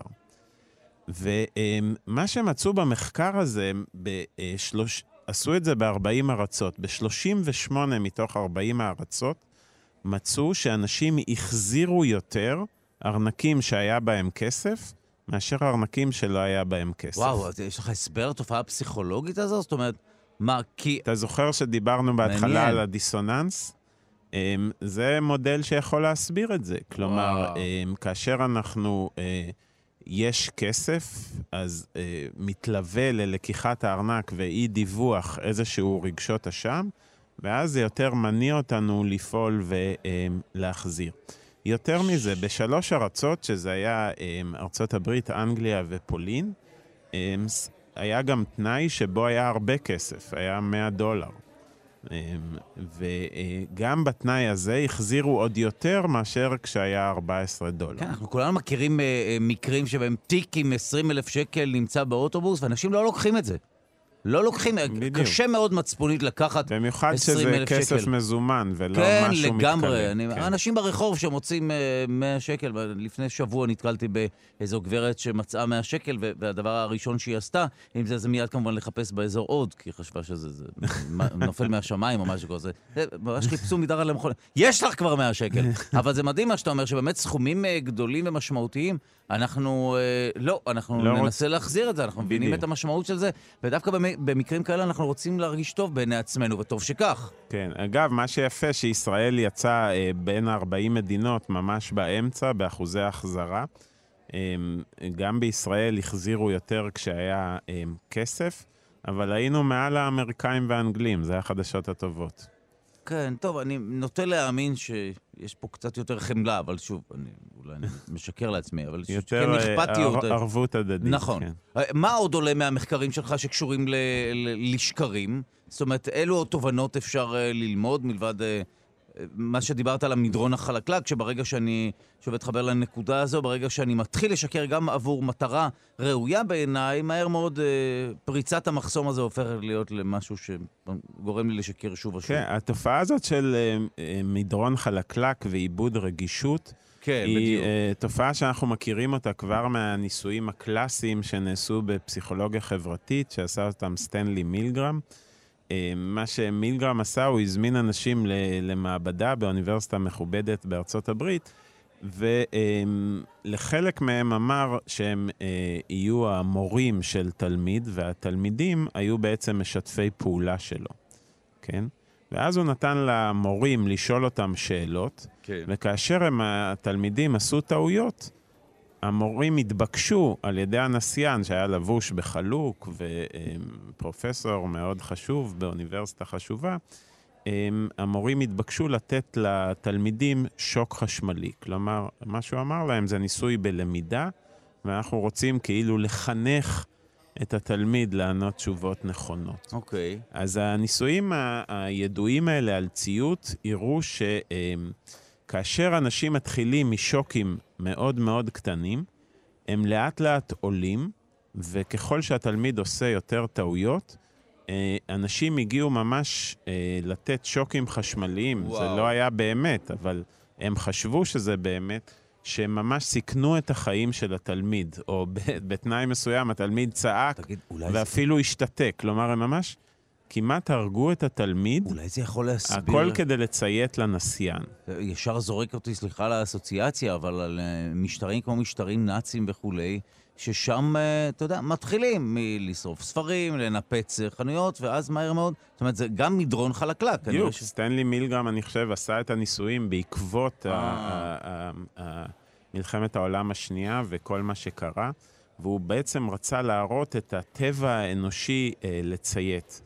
ומה שמצאו במחקר הזה, עשו את זה ב-40 ארצות, ב-38 מתוך 40 הארצות, מצאו שאנשים החזירו יותר ארנקים שהיה בהם כסף, מאשר ארנקים שלא היה בהם כסף. וואו, אז יש לך הסבר לתופעה הפסיכולוגית הזו? זאת אומרת, מה, כי... אתה זוכר שדיברנו בהתחלה על הדיסוננס? זה מודל שיכול להסביר את זה. כלומר, כאשר אנחנו... יש כסף, אז מתלווה ללקיחת הארנק ואי דיווח איזשהו רגשות אשם, ואז זה יותר מניע אותנו לפעול ולהחזיר. יותר מזה, בשלוש ארצות, שזה היה ארצות הברית, אנגליה ופולין, היה גם תנאי שבו היה הרבה כסף, היה $100. וגם בתנאי הזה החזירו עוד יותר מאשר כשהיה $14. כן, אנחנו כולנו מכירים מקרים שבהם תיק עם 20,000 שקל נמצא באוטובוס, ואנשים לא לוקחים את זה. לא לוקחים, קשה מאוד מצפונית לקחת 20,000 שקל. במיוחד שזה כסף מזומן ולא משהו מתקדם. כן, לגמרי. אנשים ברחוב שמוצאים 100 שקל, לפני שבוע נתקלתי באיזו גברת שמצאה 100 שקל, והדבר הראשון שהיא עשתה, עם זה מיד כמובן לחפש באזור עוד, כי היא חשבה שזה נופל מהשמיים או משהו כזה. ממש חיפשו מדר על המכון. יש לך כבר 100 שקל. אבל זה מדהים מה שאתה אומר, שבאמת סכומים גדולים ומשמעותיים, אנחנו ננסה להחזיר את זה, אנחנו מבינים את המשמעות של זה, ודווקא במקרים כאלה אנחנו רוצים להרגיש טוב בעיני עצמנו, וטוב שכך. כן, אגב, מה שיפה שישראל יצא בין 40 מדינות ממש באמצע, באחוזי החזרה. גם בישראל החזירו יותר כשהיה כסף, אבל היינו מעל האמריקאים והאנגלים, זה החדשות הטובות. כן, טוב, אני נוטה להאמין שיש פה קצת יותר חמלה, אבל שוב, אולי אני משקר לעצמי, אבל יותר ערבות הדדית. נכון. כן. מה עוד עולה מהמחקרים שלך שקשורים לשקרים? זאת אומרת, אילו תובנות אפשר ללמוד מלבד מה שדיברת על המדרון החלקלק, שברגע שאני שוב אתחבר לנקודה הזו, ברגע שאני מתחיל לשקר גם עבור מטרה ראויה בעיניי, מהר מאוד פריצת המחסום הזה הופך להיות למשהו שגורם לי לשקר שוב ושוב. כן, התופעה הזאת של מדרון חלקלק ואיבוד רגישות, כן, היא תופעה שאנחנו מכירים אותה כבר מהניסויים הקלאסיים שנעשו בפסיכולוגיה חברתית, שעשה אותם סטנלי מילגרם. מה שמילגרם עשה, הוא הזמין אנשים למעבדה באוניברסיטה מכובדת בארצות הברית, ולחלק מהם אמר שהם יהיו המורים של תלמיד, והתלמידים היו בעצם משתפי פעולה שלו. כן? ואז הוא נתן למורים לשאול אותם שאלות, כן. וכאשר התלמידים עשו טעויות, המורים התבקשו על ידי הנסיין שהיה לבוש בחלוק ופרופסור מאוד חשוב באוניברסיטה חשובה, המורים התבקשו לתת לתלמידים שוק חשמלי. כלומר, מה שהוא אמר להם זה ניסוי בלמידה, ואנחנו רוצים כאילו לחנך את התלמיד לענות תשובות נכונות. אוקיי. אז הניסויים הידועים האלה על ציות הראו כאשר אנשים מתחילים משוקים מאוד מאוד קטנים, הם לאט לאט עולים, וככל שהתלמיד עושה יותר טעויות, אנשים הגיעו ממש לתת שוקים חשמליים. וואו. זה לא היה באמת, אבל הם חשבו שזה באמת, שממש סיכנו את החיים של התלמיד, או בתנאי מסוים התלמיד צעק, ואפילו השתתק. כלומר, הם ממש כמעט הרגו את התלמיד, אולי זה יכול להסביר... הכל כדי לציית לנסיין. ישר זורק אותי, סליחה על האסוציאציה, אבל על משטרים כמו משטרים נאצים וכולי, ששם, אתה יודע, מתחילים מלשרוף ספרים, לנפץ חנויות, ואז מהר מאוד, זאת אומרת, זה גם מדרון חלקלק. בדיוק, סטנלי מילגרם, אני חושב, עשה את הניסויים בעקבות מלחמת העולם השנייה וכל מה שקרה, והוא בעצם רצה להראות את הטבע האנושי לציית.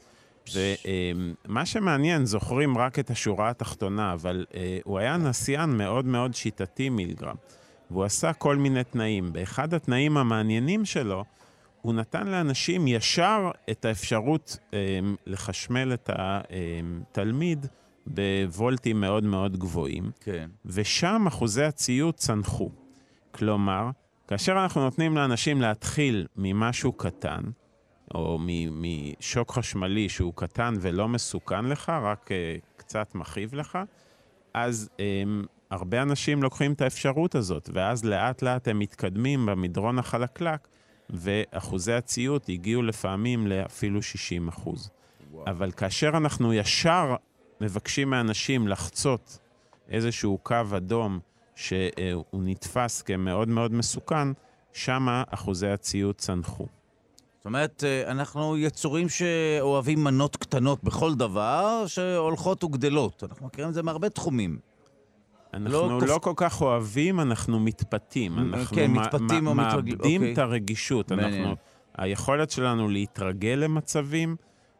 ומה שמעניין, זוכרים רק את השורה התחתונה, אבל הוא היה נסיין מאוד מאוד שיטתי מילגרם, והוא עשה כל מיני תנאים. באחד התנאים המעניינים שלו, הוא נתן לאנשים ישר את האפשרות לחשמל את התלמיד בוולטים מאוד מאוד גבוהים, כן. ושם אחוזי הציות צנחו. כלומר, כאשר אנחנו נותנים לאנשים להתחיל ממשהו קטן, או משוק חשמלי שהוא קטן ולא מסוכן לך, רק קצת מכאיב לך, אז הרבה אנשים לוקחים את האפשרות הזאת, ואז לאט לאט הם מתקדמים במדרון החלקלק, ואחוזי הציות הגיעו לפעמים לאפילו 60%. אבל כאשר אנחנו ישר מבקשים מאנשים לחצות איזשהו קו אדום, שהוא נתפס כמאוד מאוד מסוכן, שמה אחוזי הציות צנחו. זאת אומרת, אנחנו יצורים שאוהבים מנות קטנות בכל דבר, שהולכות וגדלות. אנחנו מכירים את זה מהרבה תחומים. אנחנו לא כל כך אוהבים, אנחנו מתפתים. אנחנו מאבדים את הרגישות. היכולת שלנו להתרגל למצבים,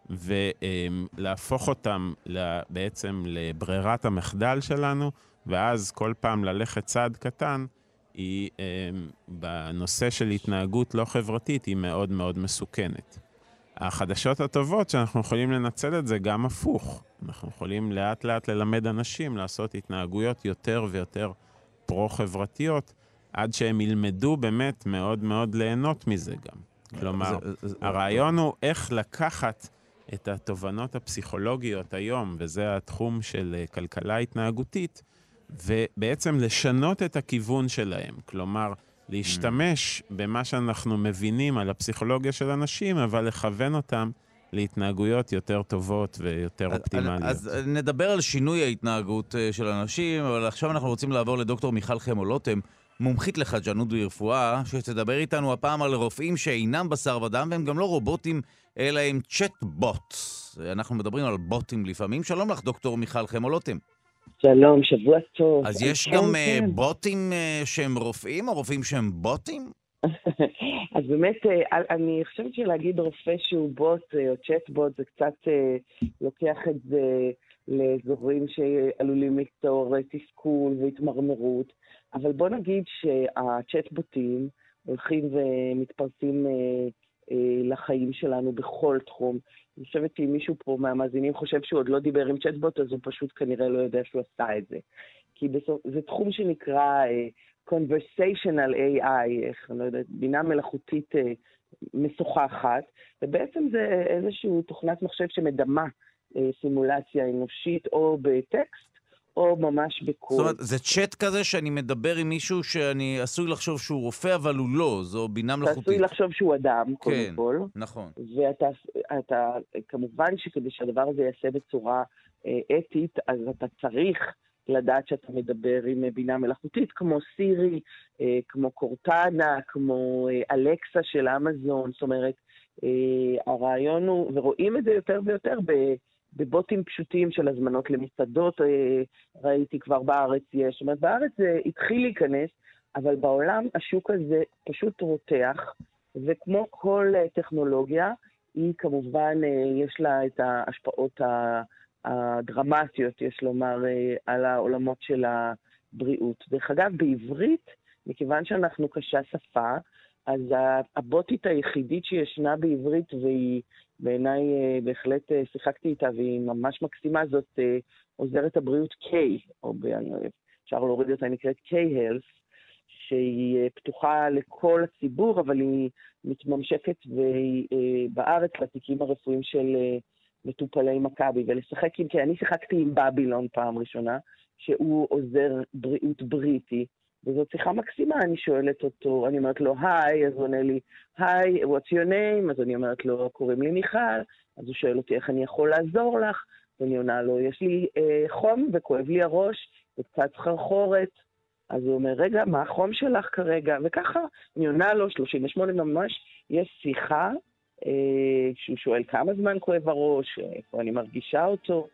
ולהפוך אותם בעצם לברירת המחדל שלנו, ואז כל פעם ללכת צעד קטן, היא בנושא של התנהגות לא חברתית, היא מאוד מאוד מסוכנת. החדשות הטובות שאנחנו יכולים לנצל את זה גם הפוך. אנחנו יכולים לאט לאט ללמד אנשים לעשות התנהגויות יותר ויותר פרו-חברתיות, עד שהם ילמדו באמת מאוד מאוד ליהנות מזה גם. כלומר, הרעיון הוא איך לקחת את התובנות הפסיכולוגיות היום, וזה התחום של כלכלה התנהגותית, ובעצם לשנות את הכיוון שלהם. כלומר, להשתמש במה שאנחנו מבינים על הפסיכולוגיה של אנשים, אבל לכוון אותם להתנהגויות יותר טובות ויותר אופטימליות. אז נדבר על שינוי ההתנהגות של אנשים, אבל עכשיו אנחנו רוצים לעבור לדוקטור מיכל חמו-לוטם, מומחית לחדשנות ברפואה, שתדבר איתנו הפעם על רופאים שאינם בשר ודם, והם גם לא רובוטים, אלא הם צ'טבוט. אנחנו מדברים על בוטים לפעמים. שלום לך, דוקטור מיכל חמו-לוטם. שלום, שבוע טוב. אז יש גם בוטים שהם רופאים, או רופאים שהם בוטים? אז באמת, אני חושבת שלהגיד רופא שהוא בוט או צ'טבוט, זה קצת לוקח את זה לאזורים שעלולים ליצור תסכול והתמרמרות, אבל בוא נגיד שהצ'טבוטים הולכים ומתפרסים לחיים שלנו בכל תחום. אני חושבת שאם מישהו פה מהמאזינים חושב שהוא עוד לא דיבר עם צ'טבוט, אז הוא פשוט כנראה לא יודע שהוא עשה את זה. כי זה תחום שנקרא conversational AI, איך, אני לא יודעת, בינה מלאכותית משוחחת, ובעצם זה איזשהו תוכנת מחשב שמדמה סימולציה אנושית או בטקסט, או ממש בקול. זאת אומרת, זה צ'אט כזה שאני מדבר עם מישהו שאני עשוי לחשוב שהוא רופא, אבל הוא לא, זו בינה מלאכותית. אתה עשוי לחשוב שהוא אדם, קודם כל. כן, נכון. ואתה, כמובן שכדי שהדבר הזה יעשה בצורה אתית, אז אתה צריך לדעת שאתה מדבר עם בינה מלאכותית, כמו סירי, כמו קורטנה, כמו אלקסה של אמזון. זאת אומרת, הרעיון הוא, ורואים את זה יותר ויותר בבוטים פשוטים של הזמנות למסעדות, ראיתי כבר בארץ יש. זאת אומרת, בארץ זה התחיל להיכנס, אבל בעולם השוק הזה פשוט רותח, וכמו כל טכנולוגיה, היא כמובן יש לה את ההשפעות הדרמטיות, יש לומר, על העולמות של הבריאות. דרך אגב, בעברית, מכיוון שאנחנו קשה שפה, אז הבוטית היחידית שישנה בעברית, והיא בעיניי בהחלט שיחקתי איתה, והיא ממש מקסימה, זאת עוזרת הבריאות K, או אפשר להוריד אותה, נקראת K-Health, שהיא פתוחה לכל הציבור, אבל היא מתממשקת בארץ לתיקים הרפואיים של מטופלי מכבי, ולשחק כי אני שיחקתי עם בבילון פעם ראשונה, שהוא עוזר בריאות בריטי, וזאת שיחה מקסימה, אני שואלת אותו, אני אומרת לו, היי, אז הוא עונה לי, היי, what's your name? אז אני אומרת לו, קוראים לי מיכל, אז הוא שואל אותי איך אני יכול לעזור לך, ואני עונה לו, יש לי חום וכואב לי הראש, וקצת סחרחורת, אז הוא אומר, רגע, מה החום שלך כרגע? וככה, אני עונה לו, 38 ממש, יש שיחה, שהוא שואל כמה זמן כואב הראש, איפה אני מרגישה אותו,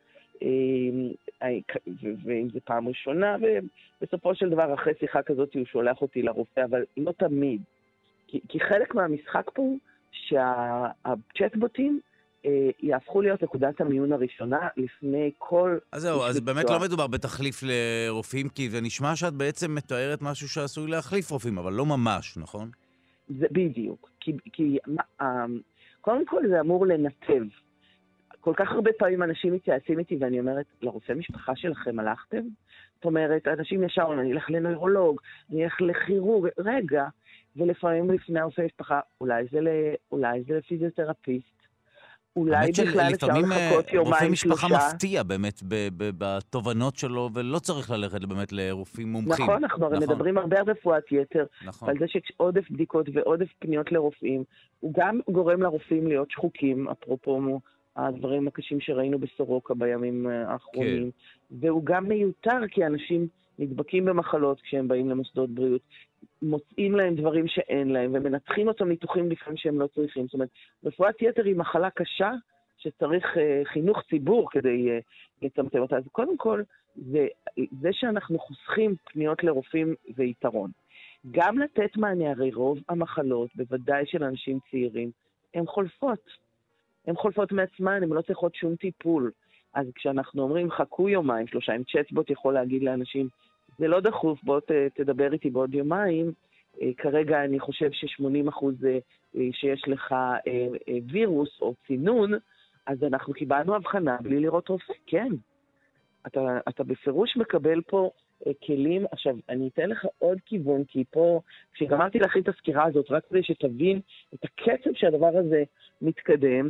ואם זה פעם ראשונה, ובסופו של דבר, אחרי שיחה כזאת, הוא שולח אותי לרופא, אבל לא תמיד. כי חלק מהמשחק פה הוא שהצ'טבוטים יהפכו להיות נקודת המיון הראשונה לפני כל... אז זהו, אז באמת לא מדובר בתחליף לרופאים, כי זה נשמע שאת בעצם מתארת משהו שעשוי להחליף רופאים, אבל לא ממש, נכון? זה בדיוק. כי קודם כל זה אמור לנתב. כל כך הרבה פעמים אנשים מתייעצים איתי, ואני אומרת, לרופא משפחה שלכם הלכתם? זאת אומרת, אנשים ישר, אני אלך לנוירולוג, אני אלך לכירורג, רגע, ולפעמים לפני הרופא משפחה, אולי זה לפיזיותרפיסט, אולי בכלל אפשר לחכות יומיים, רופא משפחה מפתיע באמת בתובנות שלו, ולא צריך ללכת באמת לרופאים מומחים. נכון, אנחנו הרי מדברים הרבה על רפואת יתר, על זה שעודף בדיקות ועודף פניות לרופאים, הוא גם גורם לרופאים להיות שחוקים, אפרופו הדברים הקשים שראינו בסורוקה בימים האחרונים, והוא גם מיותר כי אנשים נדבקים במחלות כשהם באים למוסדות בריאות, מוצאים להם דברים שאין להם, ומנתחים אותם ניתוחים לפעמים שהם לא צריכים. זאת אומרת, רפואת יתר היא מחלה קשה, שצריך חינוך ציבור כדי לצמצם אותה. אז קודם כל, זה שאנחנו חוסכים פניות לרופאים זה יתרון. גם לתת מענה, הרי רוב המחלות, בוודאי של אנשים צעירים, הן חולפות. הן חולפות מעצמן, הן לא צריכות שום טיפול. אז כשאנחנו אומרים, חכו יומיים, 3, עם צ'טבוט יכול להגיד לאנשים, זה לא דחוף, בוא תדבר איתי בעוד יומיים. כרגע אני חושב ש80% שיש לך וירוס או צינון, אז אנחנו קיבלנו הבחנה בלי לראות רופא. כן, אתה בפירוש מקבל פה כלים. עכשיו, אני אתן לך עוד כיוון, כי פה, כשגמרתי להכין את הסקירה הזאת, רק כדי שתבין את הקצב שהדבר הזה מתקדם,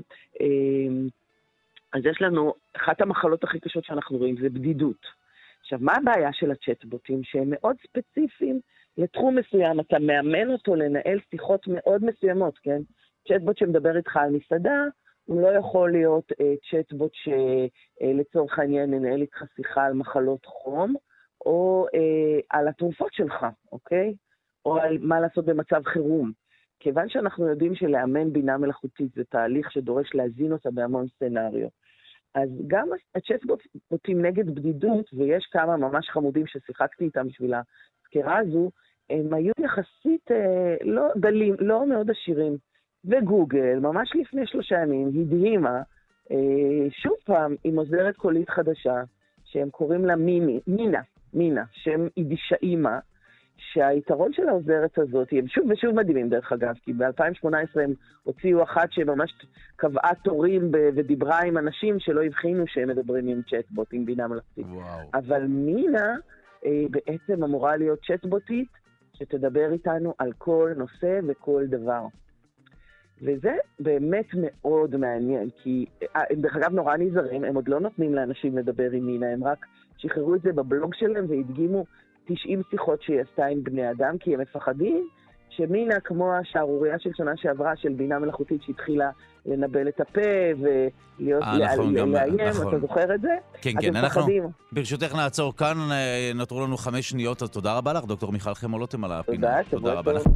אז יש לנו, אחת המחלות הכי קשות שאנחנו רואים זה בדידות. עכשיו, מה הבעיה של הצ'טבוטים? שהם מאוד ספציפיים לתחום מסוים. אתה מאמן אותו לנהל שיחות מאוד מסוימות, כן? צ'טבוט שמדבר איתך על מסעדה, הוא לא יכול להיות צ'טבוט שלצורך העניין ננהל איתך שיחה על מחלות חום, או על התרופות שלך, אוקיי? או על מה לעשות במצב חירום. כיוון שאנחנו יודעים שלאמן בינה מלאכותית זה תהליך שדורש להזין אותה בהמון סצנריו. אז גם הצ'טבוטים נגד בדידות, ויש כמה ממש חמודים ששיחקתי איתם בשביל הסקירה הזו, הם היו יחסית לא דלים, לא מאוד עשירים. וגוגל, ממש לפני 3 ימים, הדהימה, שוב פעם, עם עוזרת קולית חדשה, שהם קוראים לה מינה, שם אידישאימה, שהיתרון של העוזרת הזאת, הם שוב ושוב מדהימים דרך אגב, כי ב-2018 הם הוציאו אחת שממש קבעה תורים ודיברה עם אנשים שלא הבחינו שהם מדברים עם צ'טבוט, עם בינה מלאכותית. אבל מינה בעצם אמורה להיות צ'טבוטית, שתדבר איתנו על כל נושא וכל דבר. וזה באמת מאוד מעניין, כי הם דרך אגב נורא נזהרים, הם עוד לא נותנים לאנשים לדבר עם מינה, הם רק שחררו את זה בבלוג שלהם והדגימו 90 שיחות שהיא עשתה עם בני אדם, כי הם מפחדים שמינה, כמו השערוריה של שנה שעברה, של בינה מלאכותית שהתחילה לנבל את הפה ולאיים, אתה זוכר את זה? כן, כן, אנחנו ברשותך נעצור כאן, נותרו לנו 5 שניות, אז תודה רבה לך, דוקטור מיכל חמולותם על הפינה. תודה רבה לך.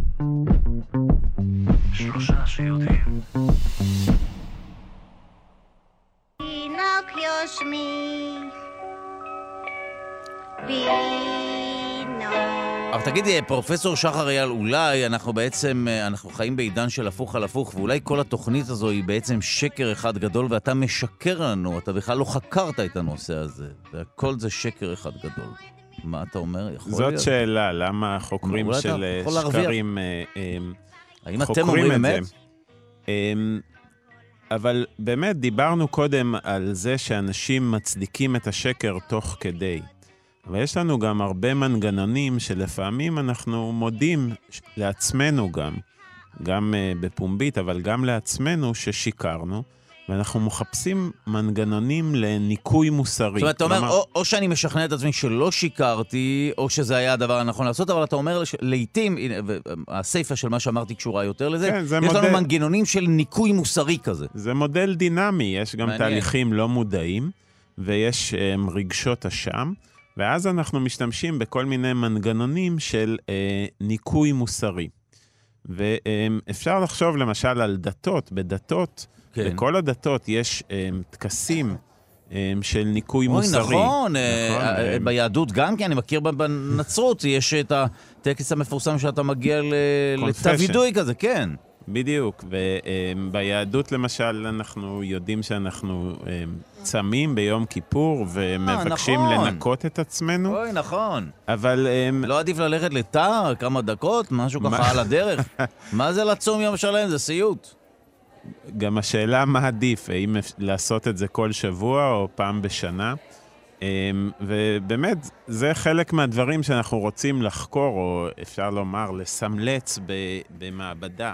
3 שיודעים. פינוקיו שמי פינו. אבל תגידי, פרופסור שחר אייל, אולי אנחנו חיים בעידן של הפוך על הפוך, ואולי כל התוכנית הזו היא בעצם שקר אחד גדול, ואתה משקר לנו, אתה בכלל לא חקרת את הנושא הזה, והכל זה שקר אחד גדול. מה אתה אומר? זאת שאלה, למה חוקרים של שקרים האם אתם אומרים אמת? אבל באמת דיברנו קודם על זה שאנשים מצדיקים את השקר תוך כדי. אבל יש לנו גם הרבה מנגנונים שלפעמים אנחנו מודים לעצמנו גם בפומבית, אבל גם לעצמנו ששיקרנו, ואנחנו מחפשים מנגנונים לניקוי מוסרי. זאת אומרת, אתה אומר, או שאני משכנע את עצמי שלא שיקרתי, או שזה היה הדבר הנכון לעשות, אבל אתה אומר לעתים, הסייפה של מה שאמרתי קשורה יותר לזה, כן, יש לנו מנגנונים של ניקוי מוסרי כזה. זה מודל דינמי, יש גם תהליכים לא מודעים, ויש רגשות אשם, ואז אנחנו משתמשים בכל מיני מנגנונים של ניקוי מוסרי. ואפשר לחשוב למשל על דתות, בדתות, בכל הדתות יש טקסים של ניקוי מוסרי. נכון, ביהדות גם, כי אני מכיר בנצרות, יש את הטקס המפורסם שאתה מגיע לתא וידוי כזה, כן. בדיוק, וביהדות למשל אנחנו יודעים שאנחנו צמים ביום כיפור ומבקשים לנקות את עצמנו. אוי, נכון. אבל לא עדיף ללכת לתא כמה דקות, משהו ככה על הדרך. מה זה לצום יום שלם? זה סיוט. גם השאלה מה עדיף, האם לעשות את זה כל שבוע או פעם בשנה. ובאמת, זה חלק מהדברים שאנחנו רוצים לחקור, או אפשר לומר, לסמלץ במעבדה.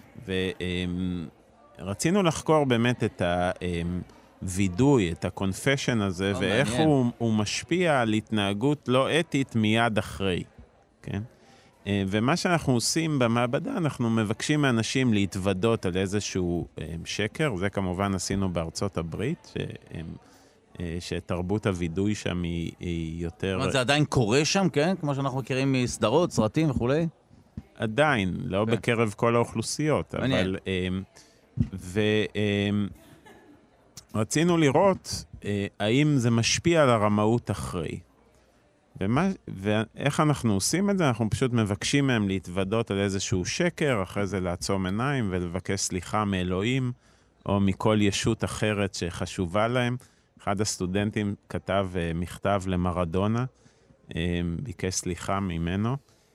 ורצינו לחקור באמת את הווידוי, את הקונפשן הזה, ואיך הוא משפיע על התנהגות לא אתית מיד אחרי. כן? ומה שאנחנו עושים במעבדה, אנחנו מבקשים מאנשים להתוודות על איזשהו שקר, זה כמובן עשינו בארצות הברית, שתרבות הווידוי שם היא יותר... זאת אומרת, זה עדיין קורה שם, כן? כמו שאנחנו מכירים מסדרות, סרטים וכו'? עדיין, לא בקרב כל האוכלוסיות, אבל... ורצינו לראות האם זה משפיע על הרמאות אחרי. ואיך אנחנו עושים את זה? אנחנו פשוט מבקשים מהם להתוודות על איזשהו שקר, אחרי זה לעצום עיניים ולבקש סליחה מאלוהים, או מכל ישות אחרת שחשובה להם. אחד הסטודנטים כתב מכתב למרדונה, ביקש סליחה ממנו,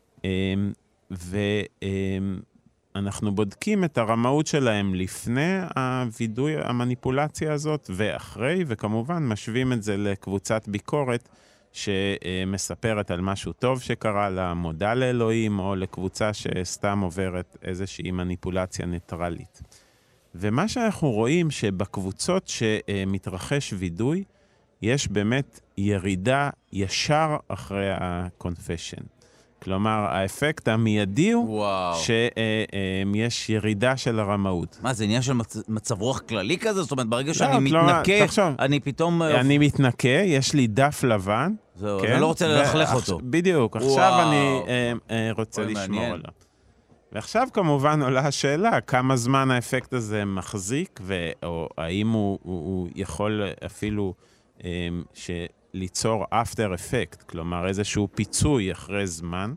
ואנחנו בודקים את הרמאות שלהם לפני הווידוי, המניפולציה הזאת, ואחרי, וכמובן משווים את זה לקבוצת ביקורת, שמספרת על משהו טוב שקרה לה, מודע לאלוהים, או לקבוצה שסתם עוברת איזושהי מניפולציה ניטרלית. ומה שאנחנו רואים שבקבוצות שמתרחש וידוי, יש באמת ירידה ישר אחרי הקונפשן. כלומר, האפקט המיידי הוא שיש ירידה של הרמאות. מה, זה עניין של מצב רוח כללי כזה? זאת אומרת, ברגע שאני מתנקה, אני פתאום... אני מתנקה, יש לי דף לבן. זהו, אני לא רוצה ללכלך אותו. בדיוק, עכשיו אני רוצה לשמור עליו. ועכשיו כמובן עולה השאלה, כמה זמן האפקט הזה מחזיק, או האם הוא יכול אפילו ליצור after effect, כלומר איזשהו פיצוי אחרי זמן.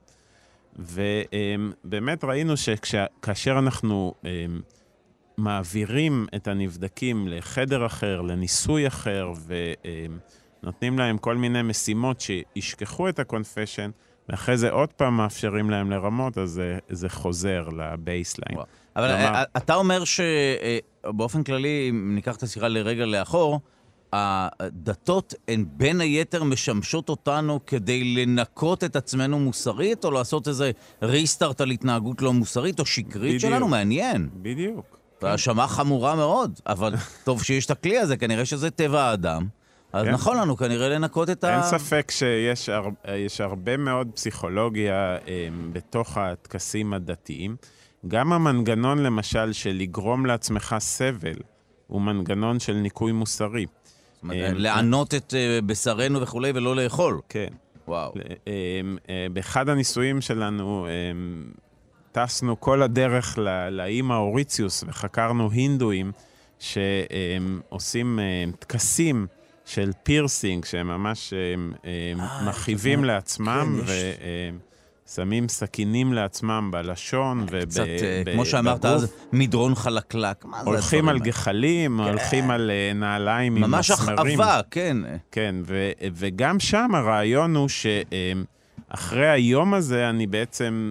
ובאמת ראינו שכאשר אנחנו מעבירים את הנבדקים לחדר אחר, לניסוי אחר, ונותנים להם כל מיני משימות שישכחו את הקונפשן, ואחרי זה עוד פעם מאפשרים להם לרמות, אז זה חוזר לבייסליין. אבל אתה אומר שבאופן כללי, אם ניקח את השיחה לרגע לאחור, הדתות הן בין היתר משמשות אותנו כדי לנקות את עצמנו מוסרית, או לעשות איזה ריסטארט על התנהגות לא מוסרית או שקרית שלנו? מעניין. בדיוק. והאשמה חמורה מאוד, אבל טוב שיש את הכלי הזה, כנראה שזה טבע האדם. אז נכון לנו כנראה לנקות את אין ספק שיש הרבה מאוד פסיכולוגיה בתוך הטקסים הדתיים. גם המנגנון למשל של לגרום לעצמך סבל, הוא מנגנון של ניקוי מוסרי. זאת אומרת, לענות את בשרנו וכו' ולא לאכול. כן. וואו. באחד הניסויים שלנו טסנו כל הדרך לאי מאוריציוס וחקרנו הינדואים שעושים טקסים של פירסינג, שהם ממש מחיבים לעצמם ושמים סכינים לעצמם בלשון. קצת, כמו שאמרת אז, מדרון חלקלק. הולכים על גחלים, הולכים על נעליים עם מסמרים. ממש אהבה, כן. כן, וגם שם הרעיון הוא שאחרי היום הזה אני בעצם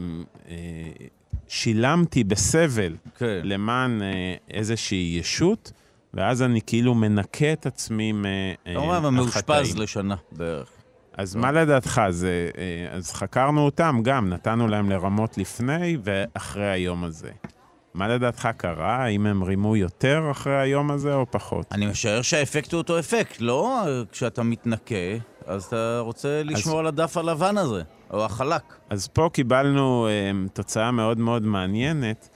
שילמתי בסבל למען איזושהי ישות, ואז אני כאילו מנקה את עצמי מהחטאים. מאושפז לשנה בערך. אז מה לדעתך? אז חקרנו אותם גם, נתנו להם לרמות לפני ואחרי היום הזה. מה לדעתך קרה? האם הם רימו יותר אחרי היום הזה או פחות? אני משער שהאפקט הוא אותו אפקט, לא? כשאתה מתנקה, אז אתה רוצה לשמור על הדף הלבן הזה, או החלק. אז פה קיבלנו תוצאה מאוד מאוד מעניינת,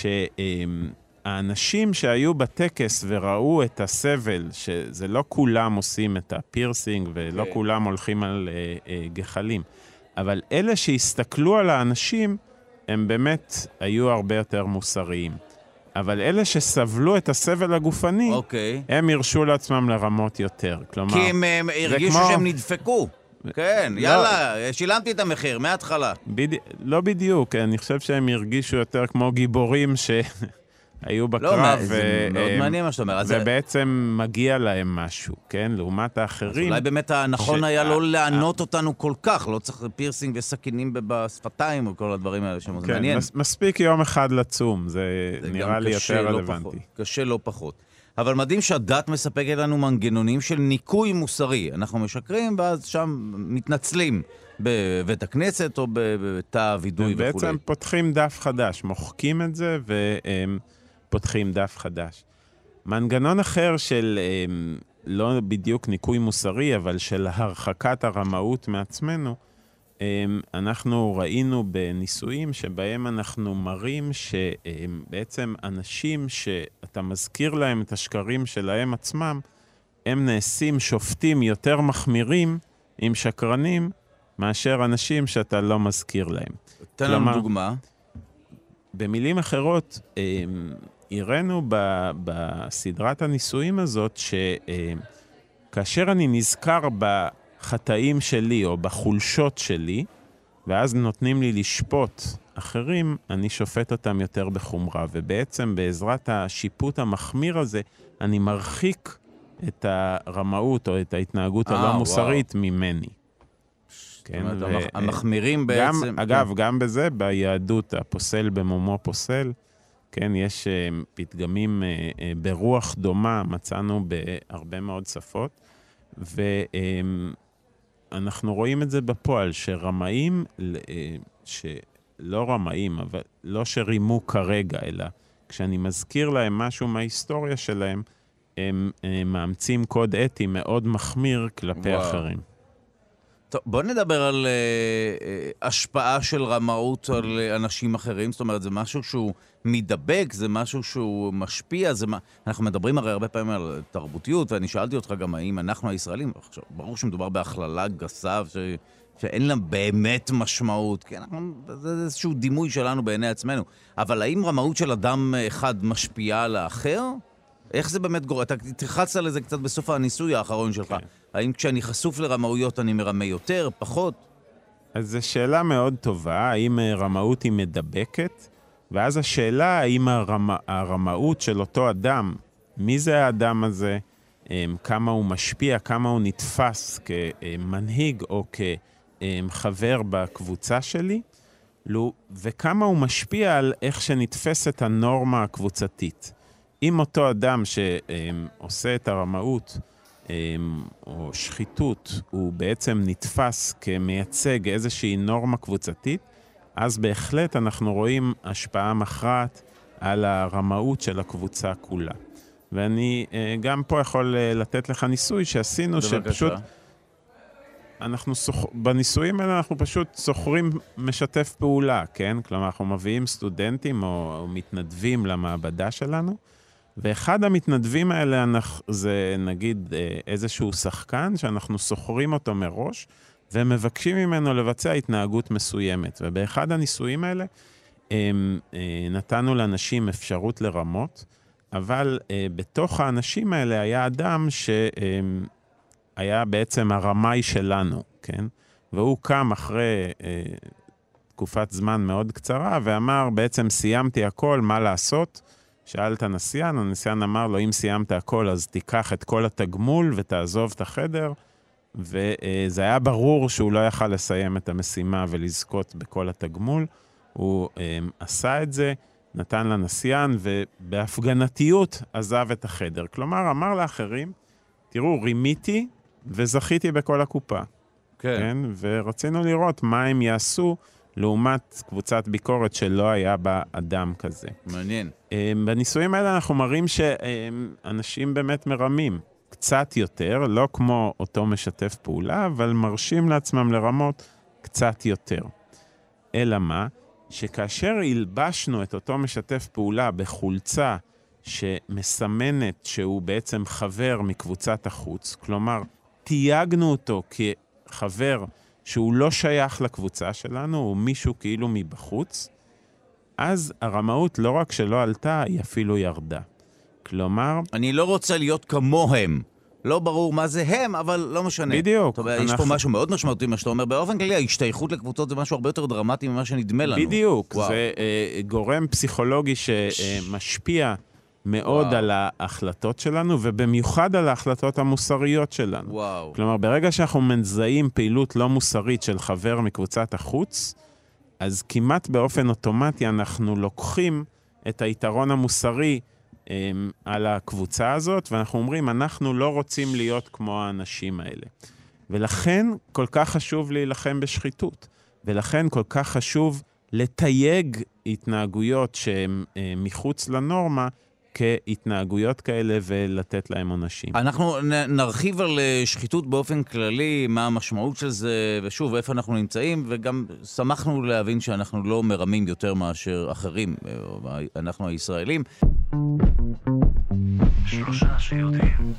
האנשים שהיו בטקס וראו את הסבל, שזה לא כולם עושים את הפירסינג ולא כולם הולכים על גחלים, אבל אלה שהסתכלו על האנשים, הם באמת היו הרבה יותר מוסריים. אבל אלה שסבלו את הסבל הגופני, הם הרשו לעצמם לרמות יותר. כלומר, כי הם הרגישו שהם נדפקו. כן, יאללה, שילמתי את המחיר מההתחלה. לא בדיוק, אני חושב שהם הרגישו יותר כמו גיבורים שהיו בקרב. זה מאוד מעניין מה שאתה אומר. ובעצם מגיע להם משהו, כן? לעומת האחרים. אז אולי באמת הנכון היה לא לענות אותנו כל כך, לא צריך פירסינג וסכינים בשפתיים, או כל הדברים האלה שמאוד מעניין. מספיק יום אחד לצום, זה נראה לי יותר רלוונטי. קשה לא פחות. אבל מדהים שהדת מספקת לנו מנגנונים של ניקוי מוסרי. אנחנו משקרים, ואז שם מתנצלים בבית הכנסת או בתא וידוי וכו'. בעצם פותחים דף חדש, מוחקים את זה ופותחים דף חדש. מנגנון אחר של לא בדיוק ניקוי מוסרי, אבל של הרחקת הרמאות מעצמנו, אנחנו ראינו בניסויים שבהם אנחנו מראים שבעצם אנשים שאתה מזכיר להם את השקרים שלהם עצמם, הם נעשים שופטים יותר מחמירים עם שקרנים, מאשר אנשים שאתה לא מזכיר להם. תן לנו דוגמה. במילים אחרות, הראינו בסדרת הניסויים הזאת, שכאשר אני נזכר בחטאים שלי או בחולשות שלי, ואז נותנים לי לשפוט אחרים, אני שופט אותם יותר בחומרה. ובעצם בעזרת השיפוט המחמיר הזה, אני מרחיק את הרמאות או את ההתנהגות הלא מוסרית ממני. כן, המחמירים בעצם... אגב, גם בזה, ביהדות, הפוסל במומו פוסל, כן, יש פתגמים ברוח דומה, מצאנו בהרבה מאוד שפות, ואנחנו רואים את זה בפועל, שרמאים, שלא רמאים, אבל לא שרימו כרגע, אלא כשאני מזכיר להם משהו מההיסטוריה שלהם, הם מאמצים קוד אתי מאוד מחמיר כלפי אחרים. טוב, בוא נדבר על השפעה של רמאות על אנשים אחרים. זאת אומרת, זה משהו שהוא מדבק, זה משהו שהוא משפיע, אנחנו מדברים הרי הרבה פעמים על תרבותיות, ואני שאלתי אותך גם האם אנחנו הישראלים, עכשיו, ברור שמדובר בהכללה גסה, שאין לה באמת משמעות, כי זה איזשהו דימוי שלנו בעיני עצמנו. אבל האם רמאות של אדם אחד משפיעה על האחר? איך זה באמת גורם? אתה תרחצת לזה קצת בסוף הניסוי האחרון שלך. האם כשאני חשוף לרמאויות אני מרמה יותר, פחות? אז זו שאלה מאוד טובה, האם רמאות היא מדבקת? ואז השאלה, האם הרמאות של אותו אדם, מי זה האדם הזה, כמה הוא משפיע, כמה הוא נתפס כמנהיג או כחבר בקבוצה שלי, וכמה הוא משפיע על איך שנתפסת הנורמה הקבוצתית. אם אותו אדם שעושה את הרמאות או שחיתות, הוא בעצם נתפס כמייצג איזושהי נורמה קבוצתית, אז בהחלט אנחנו רואים השפעה מכרעת על הרמאות של הקבוצה כולה. ואני גם פה יכול לתת לך ניסוי שעשינו, שפשוט בניסויים האלה אנחנו פשוט סוחרים משתף פעולה, כן? כלומר, אנחנו מביאים סטודנטים או מתנדבים למעבדה שלנו, ואחד המתנדבים האלה זה נגיד איזשהו שחקן שאנחנו סוחרים אותו מראש, ומבקשים ממנו לבצע התנהגות מסוימת. ובאחד הניסויים האלה נתנו לאנשים אפשרות לרמות, אבל בתוך האנשים האלה היה אדם שהיה בעצם הרמאי שלנו, כן? והוא קם אחרי תקופת זמן מאוד קצרה, ואמר בעצם סיימתי הכל, מה לעשות? שאל את הנסיין, הנסיין אמר לו, אם סיימת הכל, אז תיקח את כל התגמול ותעזוב את החדר, וזה היה ברור שהוא לא יכל לסיים את המשימה ולזכות בכל התגמול. הוא עשה את זה, נתן לנסיין, ובהפגנתיות עזב את החדר. כלומר, אמר לאחרים, תראו, רימיתי וזכיתי בכל הקופה. כן. ורצינו לראות מה הם יעשו לעומת קבוצת ביקורת שלא היה בה אדם כזה. מעניין. בניסויים האלה אנחנו מראים שאנשים באמת מרמים. קצת יותר, לא כמו אותו משתף פעולה, אבל מרשים לעצמם לרמות קצת יותר. אלא מה? שכאשר הלבשנו את אותו משתף פעולה בחולצה שמסמנת שהוא בעצם חבר מקבוצת החוץ, כלומר, תייגנו אותו כחבר שהוא לא שייך לקבוצה שלנו, הוא מישהו כאילו מבחוץ, אז הרמאות לא רק שלא עלתה, היא אפילו ירדה. כלומר... אני לא רוצה להיות כמוהם. לא ברור מה זה הם, אבל לא משנה. בדיוק. יש פה משהו מאוד משמעותי, מה שאתה אומר. באופן כללי, ההשתייכות לקבוצות זה משהו הרבה יותר דרמטי ממה שנדמה לנו. בדיוק. זה גורם פסיכולוגי שמשפיע מאוד על ההחלטות שלנו, ובמיוחד על ההחלטות המוסריות שלנו. וואו. כלומר, ברגע שאנחנו מזהים פעילות לא מוסרית של חבר מקבוצת החוץ, אז כמעט באופן אוטומטי אנחנו לוקחים את היתרון המוסרי על הקבוצה הזאת, ואנחנו אומרים, אנחנו לא רוצים להיות כמו האנשים האלה. ולכן כל כך חשוב להילחם בשחיתות, ולכן כל כך חשוב לתייג התנהגויות שהן מחוץ לנורמה, כהתנהגויות כאלה ולתת להם עונשים. אנחנו נרחיב על שחיתות באופן כללי, מה המשמעות של זה, ושוב, איפה אנחנו נמצאים, וגם שמחנו להבין שאנחנו לא מרמים יותר מאשר אחרים, אנחנו הישראלים. שלושה שיודעים.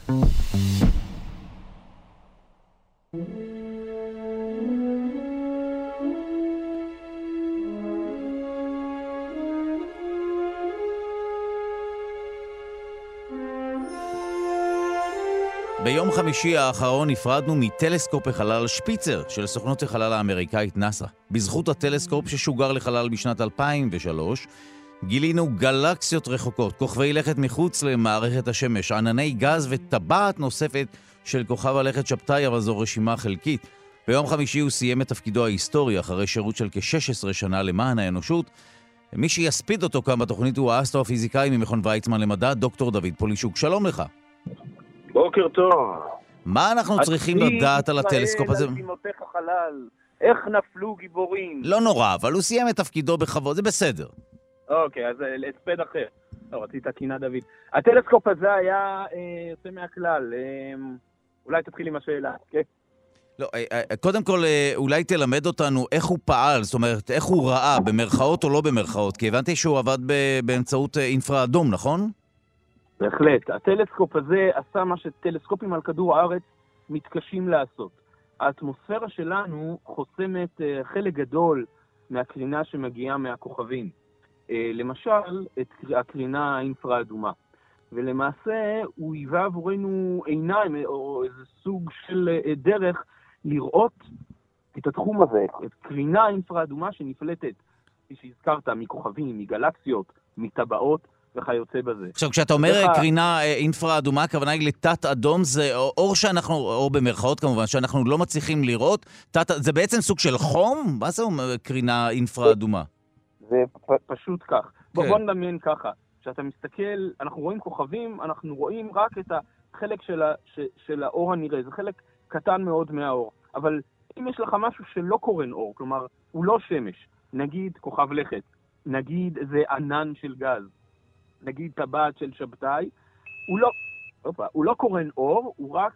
ביום חמישי האחרון נפרדנו מטלסקופ החלל שפיצר של סוכנות החלל האמריקאית נאס"א. בזכות הטלסקופ ששוגר לחלל בשנת 2003, גילינו גלקסיות רחוקות, כוכבי לכת מחוץ למערכת השמש, ענני גז וטבעת נוספת של כוכב הלכת שבתאי, אבל זו רשימה חלקית. ביום חמישי הוא סיים את תפקידו ההיסטורי אחרי שירות של כ-16 שנה למען האנושות. מי שיספיד אותו כאן בתוכנית הוא האסטרופיזיקאי ממכון ויצמן למדע, דוקטור דוד פולישוק. שלום לך. בוקר טוב. מה אנחנו צריכים לדעת על הטלסקופ הזה? איך נפלו גיבורים? לא נורא, אבל הוא סיים את תפקידו בכבוד, זה בסדר. אוקיי, אז הספד אחר. לא, רצית קינה דוד. הטלסקופ הזה היה יוצא מהכלל. אולי תתחיל עם השאלה, כן? לא, קודם כל, אולי תלמד אותנו איך הוא פעל, זאת אומרת, איך הוא ראה, במרכאות או לא במרכאות, כי הבנתי שהוא עבד באמצעות אינפרה אדום, נכון? בהחלט. הטלסקופ הזה עשה מה שטלסקופים על כדור הארץ מתקשים לעשות. האטמוספירה שלנו חוסמת חלק גדול מהקרינה שמגיעה מהכוכבים. למשל, את הקרינה האינפרה אדומה. ולמעשה הוא היווה עבורנו עיניים, או איזה סוג של דרך לראות את התחום הזה, את קרינה האינפרה אדומה שנפלטת, כפי שהזכרת, מכוכבים, מגלקסיות, מטבעות, וכיוצא בזה. עכשיו, כשאתה אומר קרינה אינפרה אדומה, הכוונה היא לתת אדום, זה אור שאנחנו, או במרכאות כמובן, שאנחנו לא מצליחים לראות, זה בעצם סוג של חום? מה זה אומר קרינה אינפרה אדומה? זה פשוט כך. בוא נדמיין ככה, כשאתה מסתכל, אנחנו רואים כוכבים, אנחנו רואים רק את החלק של האור הנראה, זה חלק קטן מאוד מהאור. אבל אם יש לך משהו שלא קורן אור, כלומר, הוא לא שמש, נגיד כוכב לכת, נגיד איזה ענן של גז, נגיד טבעת של שבתאי, הוא לא קורן אור,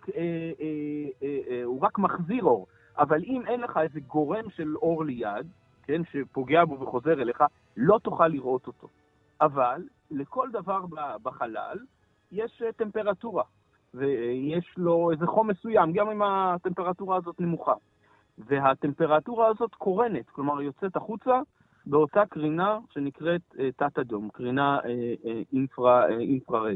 הוא רק מחזיר אור. אבל אם אין לך איזה גורם של אור ליד, כן, שפוגע בו וחוזר אליך, לא תוכל לראות אותו. אבל לכל דבר בחלל יש טמפרטורה, ויש לו איזה חום מסוים, גם אם הטמפרטורה הזאת נמוכה. והטמפרטורה הזאת קורנת, כלומר יוצאת החוצה, באותה קרינה שנקראת תת אדום, קרינה אינפרארד.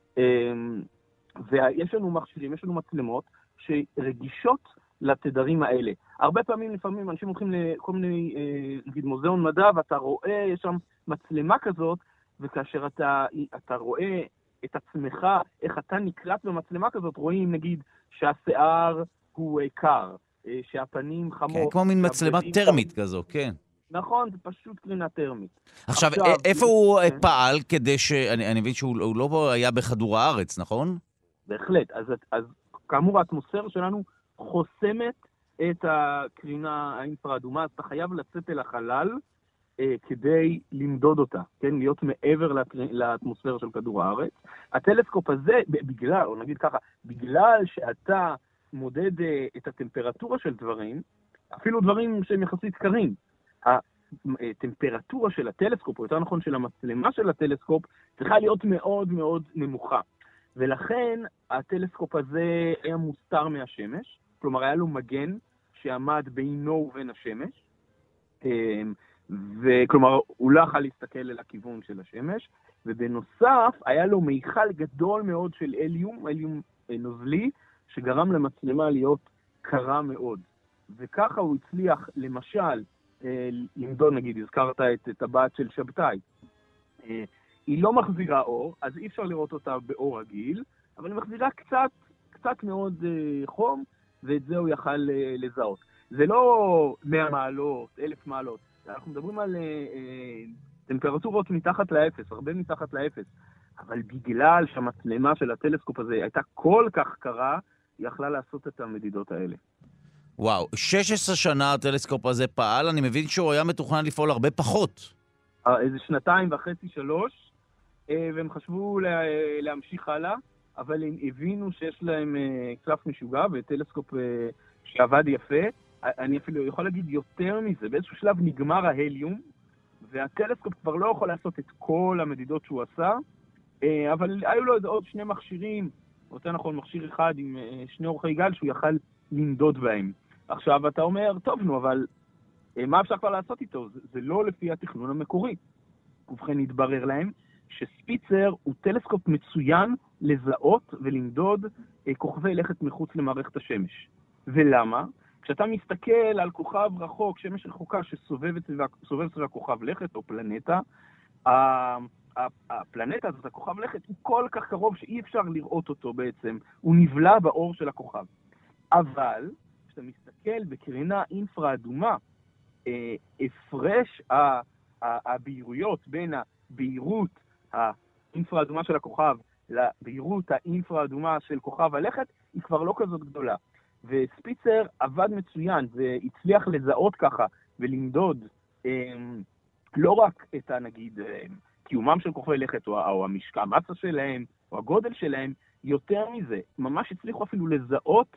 ויש לנו מכשירים, יש לנו מצלמות שרגישות לתדרים האלה. הרבה פעמים, לפעמים, אנשים הולכים לכל מיני, נגיד מוזיאון מדע, ואתה רואה, יש שם מצלמה כזאת, וכאשר אתה רואה את עצמך, איך אתה נקלט במצלמה כזאת, רואים, נגיד, שהשיער הוא קר, שהפנים חמות. כן, כמו מין מצלמה טרמית כזו, כן. נכון, זה פשוט קרינה טרמית. עכשיו, איפה הוא פעל כדי אני מבין שהוא לא היה בכדור הארץ, נכון? בהחלט. אז כאמור, האטמוספירה שלנו חוסמת את הקרינה האינפרה-אדומה, אז אתה חייב לצאת אל החלל כדי למדוד אותה, כן? להיות מעבר לאטמוספירה של כדור הארץ. הטלסקופ הזה, בגלל, או נגיד ככה, בגלל שאתה מודד את הטמפרטורה של דברים, אפילו דברים שהם יחסית קרים, הטמפרטורה של הטלסקופ, או יותר נכון של המצלמה של הטלסקופ, צריכה להיות מאוד מאוד נמוכה. ולכן הטלסקופ הזה היה מוסתר מהשמש, כלומר היה לו מגן שעמד בינו ובין השמש, וכלומר הוא לא יכול להסתכל אל הכיוון של השמש, ובנוסף היה לו מיכל גדול מאוד של הליום נוזלי, שגרם למצלמה להיות קרה מאוד. וככה הוא הצליח למשל למדוד, נגיד, הזכרת את טבעת של שבתאי. היא לא מחזירה אור, אז אי אפשר לראות אותה באור רגיל, אבל היא מחזירה קצת מאוד חום, ואת זה הוא יכל לזהות. זה לא 100 מעלות, 1000 מעלות, אנחנו מדברים על טמפרטורות מתחת לאפס, הרבה מתחת לאפס, אבל בגלל שהמצלמה של הטלסקופ הזה הייתה כל כך קרה, היא יכלה לעשות את המדידות האלה. וואו, 16 שנה הטלסקופ הזה פעל, אני מבין שהוא היה מתוכנן לפעול הרבה פחות. איזה 2.5-3, והם חשבו להמשיך הלאה, אבל הם הבינו שיש להם קלף משוגע וטלסקופ שעבד יפה. אני אפילו יכול להגיד יותר מזה, באיזשהו שלב נגמר ההליום, והטלסקופ כבר לא יכול לעשות את כל המדידות שהוא עשה, אבל היו לו עוד 2 מכשירים, יותר נכון מכשיר אחד עם 2 אורכי גל שהוא יכל למדוד בהם. עכשיו אתה אומר, טוב נו, אבל מה אפשר כבר לעשות איתו? זה לא לפי התכנון המקורי. ובכן התברר להם שספיצר הוא טלסקופ מצוין לזהות ולמדוד כוכבי לכת מחוץ למערכת השמש. ולמה? כשאתה מסתכל על כוכב רחוק, שמש רחוקה שסובב סביב הכוכב לכת או פלנטה, הפלנטה הזאת, הכוכב לכת, הוא כל כך קרוב שאי אפשר לראות אותו בעצם. הוא נבלע באור של הכוכב. אבל כשאתה מסתכל בקרינה אינפרה-אדומה, הפרש הבהירויות בין הבהירות האינפרה-אדומה של הכוכב לבהירות האינפרה-אדומה של כוכב הלכת, היא כבר לא כזאת גדולה. וספיצר עבד מצוין והצליח לזהות ככה ולמדוד לא רק את נגיד קיומם של כוכבי לכת או המשקע המסה שלהם או הגודל שלהם, יותר מזה, ממש הצליחו אפילו לזהות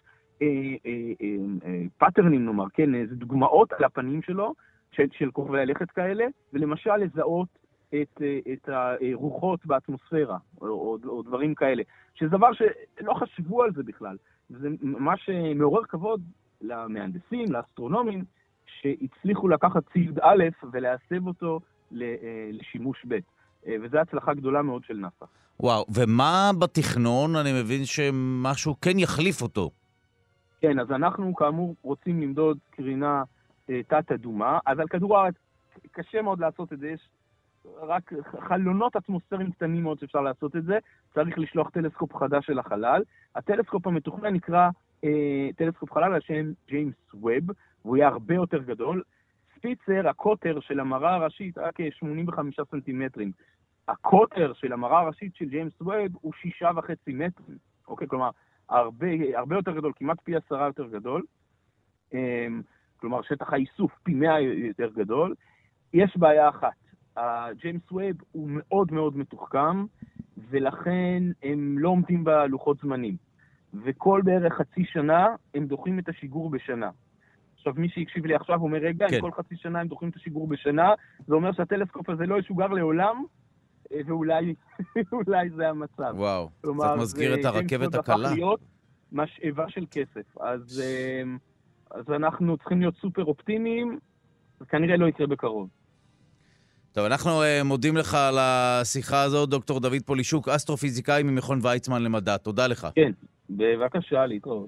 פאטרנים נאמר, כן, זה דוגמאות על הפנים שלו של כוכבי הלכת כאלה, ולמשל לזהות את הרוחות באטמוספירה או דברים כאלה, שזה דבר שלא חשבו על זה בכלל. זה ממש מעורר כבוד למהנדסים, לאסטרונומים, שהצליחו לקחת ציוד א' ולהסב אותו לשימוש ב'. וזו הצלחה גדולה מאוד של נאס"א. וואו, ומה בתכנון? אני מבין שמשהו כן יחליף אותו. כן, אז אנחנו כאמור רוצים למדוד קרינה תת-אדומה, אז על כדור הארץ קשה מאוד לעשות את זה, יש רק חלונות אטמוספיריים קטנים מאוד שאפשר לעשות את זה, צריך לשלוח טלסקופ חדש של החלל. הטלסקופ המתוכנן נקרא טלסקופ חלל על שם ג'יימס ווב, והוא יהיה הרבה יותר גדול. ספיצר, הקוטר של המראה הראשית, היה כ-85 סנטימטרים. הקוטר של המראה הראשית של ג'יימס ווב הוא 6.5 מטרים. אוקיי, כלומר, הרבה יותר גדול, כמעט פי 10 יותר גדול. כלומר, שטח האיסוף פי 100 יותר גדול. יש בעיה אחת. ג'יימס ווב הוא מאוד מאוד מתוחכם, ולכן הם לא עומדים בלוחות זמנים. וכל בערך חצי שנה הם דוחים את השיגור בשנה. עכשיו, מי שהקשיב לי עכשיו אומר, רגע, כן. אם כל חצי שנה הם דוחים את השיגור בשנה, זה אומר שהטלסקופ הזה לא ישוגר לעולם, ואולי זה המצב. וואו, קצת מזכיר את הרכבת הקלה. זה הפך להיות משאבה של כסף. אז אנחנו צריכים להיות סופר אופטימיים, זה כנראה לא יקרה בקרוב. טוב, אנחנו מודים לך על השיחה הזאת, דוקטור דוד פולישוק, אסטרופיזיקאי ממכון ויצמן למדע. תודה לך. כן, בבקשה, להתראות.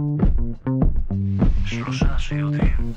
3 שיודעים.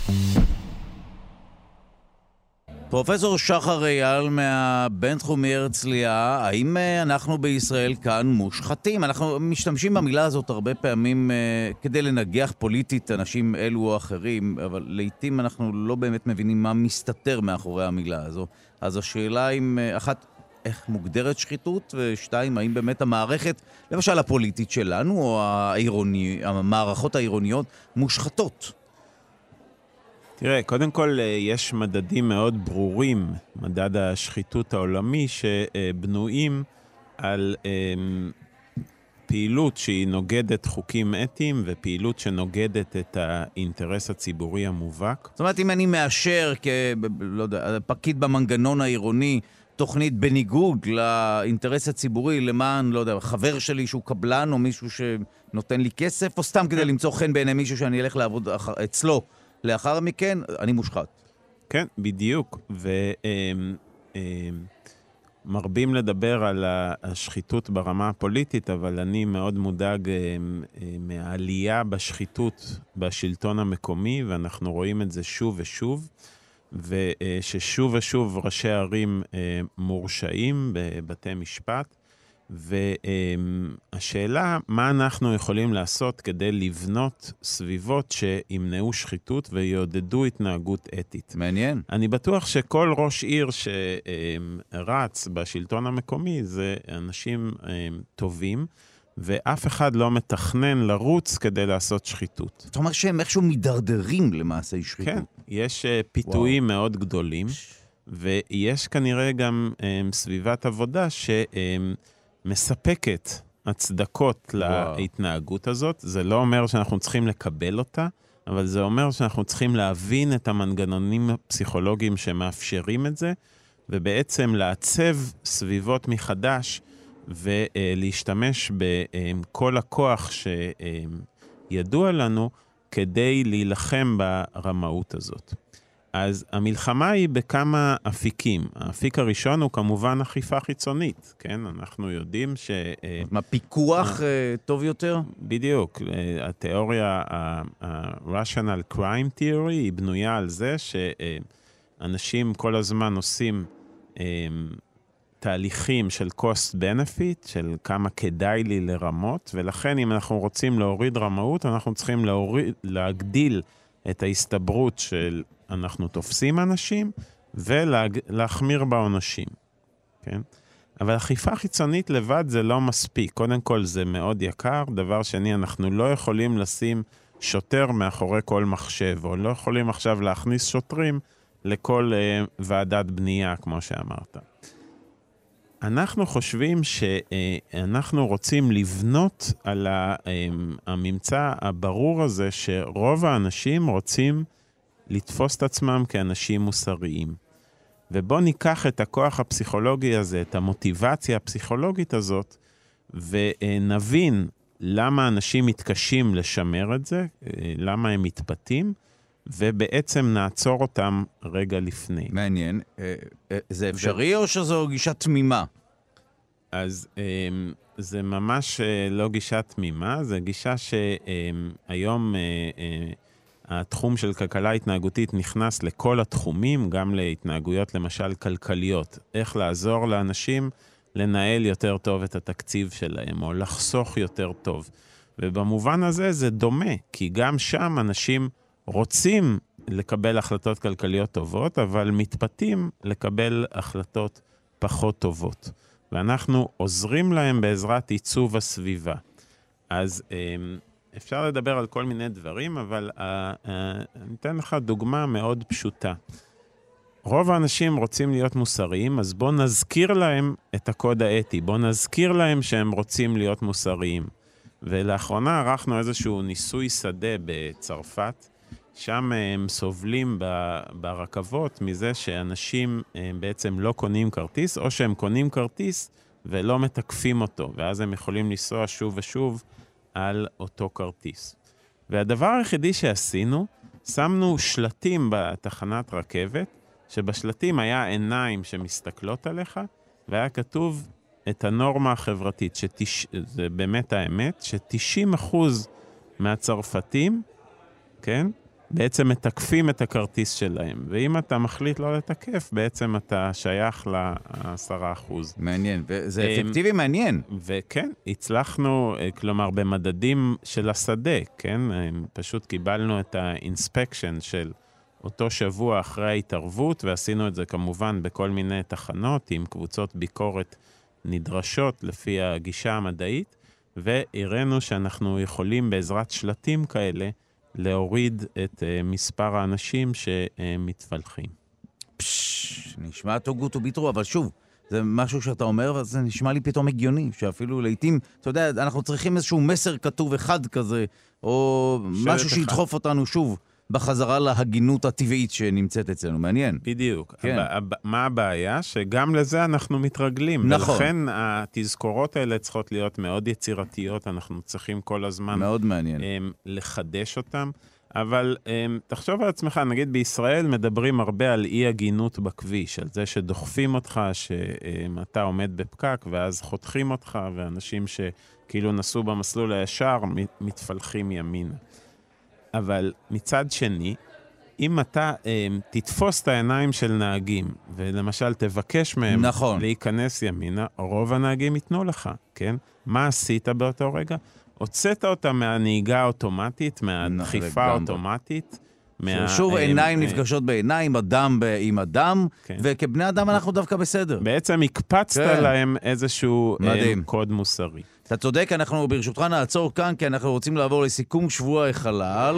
פרופסור שחר אייל מהבינתחומי הרצליה, האם אנחנו בישראל כאן מושחתים? אנחנו משתמשים במילה הזאת הרבה פעמים כדי לנגח פוליטית אנשים אלו או אחרים, אבל לעתים אנחנו לא באמת מבינים מה מסתתר מאחורי המילה הזו. אז השאלה אם איך מוגדרת שחיתות, ושתיים, האם באמת המערכת, למשל הפוליטית שלנו, או המערכות העירוניות, מושחתות? תראה, קודם כל יש מדדים מאוד ברורים, מדד השחיתות העולמי, שבנויים על פעילות שהיא נוגדת חוקים אתיים, ופעילות שנוגדת את האינטרס הציבורי המובהק. זאת אומרת, אם אני מאשר לא יודע, פקיד במנגנון העירוני, תוכנית בניגוד לאינטרס הציבורי, למען, לא יודע, חבר שלי שהוא קבלן, או מישהו שנותן לי כסף, או סתם כדי למצוא חן בעיני מישהו שאני אלך לעבוד אצלו לאחר מכן, אני מושחת. כן, בדיוק. מרבים לדבר על השחיתות ברמה הפוליטית, אבל אני מאוד מודאג מהעלייה בשחיתות בשלטון המקומי, ואנחנו רואים את זה שוב ושוב, וששוב ושוב ראשי ערים מורשעים בבתי משפט, והשאלה, מה אנחנו יכולים לעשות כדי לבנות סביבות שימנעו שחיתות ויעודדו התנהגות אתית. מעניין. אני בטוח שכל ראש עיר שרץ בשלטון המקומי זה אנשים טובים, ואף אחד לא מתכנן לרוץ כדי לעשות שחיתות. זאת אומרת שהם איכשהו מדרדרים למעשה שחיתות. כן, יש פיתויים מאוד גדולים, ויש כנראה גם סביבת עבודה מספקת הצדקות להתנהגות הזאת. זה לא אומר שאנחנו צריכים לקבל אותה, אבל זה אומר שאנחנו צריכים להבין את המנגנונים הפסיכולוגיים שמאפשרים את זה, ובעצם לעצב סביבות מחדש, ולהשתמש בכל הכוח שידוע לנו, כדי להילחם ברמאות הזאת. אז המלחמה היא בכמה אפיקים. האפיק הראשון הוא כמובן אכיפה חיצונית, כן? אנחנו יודעים מה, פיקוח טוב יותר? בדיוק. התיאוריה, ה-Rational Crime Theory, היא בנויה על זה שאנשים כל הזמן עושים תהליכים של cost benefit, של כמה כדאי לי לרמות, ולכן אם אנחנו רוצים להוריד רמאות, אנחנו צריכים להגדיל את ההסתברות של אנחנו תופסים אנשים, ולהחמיר בעונשים. כן? אבל אכיפה חיצונית לבד זה לא מספיק. קודם כל זה מאוד יקר. דבר שני, אנחנו לא יכולים לשים שוטר מאחורי כל מחשב, או לא יכולים עכשיו להכניס שוטרים לכל ועדת בנייה, כמו שאמרת. אנחנו חושבים שאנחנו רוצים לבנות על הממצא הברור הזה, שרוב האנשים רוצים לתפוס את עצמם כאנשים מוסריים. ובוא ניקח את הכוח הפסיכולוגי הזה, את המוטיבציה הפסיכולוגית הזאת, ונבין למה אנשים מתקשים לשמר את זה, למה הם מתפתים, ובעצם נעצור אותם רגע לפני. מעניין. זה אפשרי או שזו גישה תמימה? אז זה ממש לא גישה תמימה, זה גישה שהיום התחום של כלכלה התנהגותית נכנס לכל התחומים, גם להתנהגויות למשל כלכליות. איך לעזור לאנשים לנהל יותר טוב את התקציב שלהם, או לחסוך יותר טוב. ובמובן הזה זה דומה, כי גם שם אנשים רוצים לקבל החלטות כלכליות טובות, אבל מתפתים לקבל החלטות פחות טובות. ואנחנו עוזרים להם בעזרת עיצוב הסביבה. אז אפשר לדבר על כל מיני דברים, אבל אני אתן לך דוגמה מאוד פשוטה. רוב האנשים רוצים להיות מוסריים, אז בוא נזכיר להם את הקוד האתי, בוא נזכיר להם שהם רוצים להיות מוסריים. ולאחרונה ערכנו איזשהו ניסוי שדה בצרפת, שם הם סובלים ברכבות מזה שאנשים בעצם לא קונים כרטיס, או שהם קונים כרטיס ולא מתקפים אותו, ואז הם יכולים לנסוע שוב ושוב על אותו כרטיס. והדבר היחידי שעשינו, שמנו שלטים בתחנת רכבת, שבשלטים היה עיניים שמסתכלות עליך, והיה כתוב את הנורמה החברתית, זה באמת האמת, ש90% מהצרפתים, כן? בעצם מתקפים את הכרטיס שלהם, ואם אתה מחליט לא לתקף, בעצם אתה שייך ל10%. מעניין, וזה אפקטיבי מעניין. וכן, הצלחנו, כלומר, במדדים של השדה, כן? פשוט קיבלנו את האינספקשן של אותו שבוע אחרי ההתערבות, ועשינו את זה כמובן בכל מיני תחנות, עם קבוצות ביקורת נדרשות לפי הגישה המדעית, והראינו שאנחנו יכולים בעזרת שלטים כאלה, להוריד את מספר האנשים שמתפלחים. נשמע טוגות וביטרו, אבל שוב, זה משהו שאתה אומר, וזה נשמע לי פתאום הגיוני, שאפילו לעתים, אתה יודע, אנחנו צריכים איזשהו מסר כתוב אחד כזה, או משהו שידחוף אותנו שוב בחזרה להגינות הטבעית שנמצאת אצלנו. מעניין. בדיוק. כן. מה הבעיה? שגם לזה אנחנו מתרגלים. נכון. ולכן התזכורות האלה צריכות להיות מאוד יצירתיות, אנחנו צריכים כל הזמן מאוד מעניין. לחדש אותם. אבל תחשוב על עצמך, נגיד בישראל מדברים הרבה על אי-הגינות בכביש, על זה שדוחפים אותך, שאתה עומד בפקק ואז חותכים אותך, ואנשים שכאילו נסעו במסלול הישר מתפלחים ימינה. אבל מצד שני, אם אתה תתפוס את העיניים של נהגים, ולמשל תבקש מהם נכון. להיכנס ימינה, רוב הנהגים ייתנו לך, כן? מה עשית באותו רגע? הוצאת אותה מהנהיגה האוטומטית, מהדחיפה האוטומטית. שוב עיניים נפגשות בעיניים, אדם עם אדם, וכבני אדם אנחנו דווקא בסדר. בעצם הקפצת להם איזשהו קוד מוסרי. אתה צודק, אנחנו ברשותך נעצור כאן, כי אנחנו רוצים לעבור לסיכום שבוע החלל.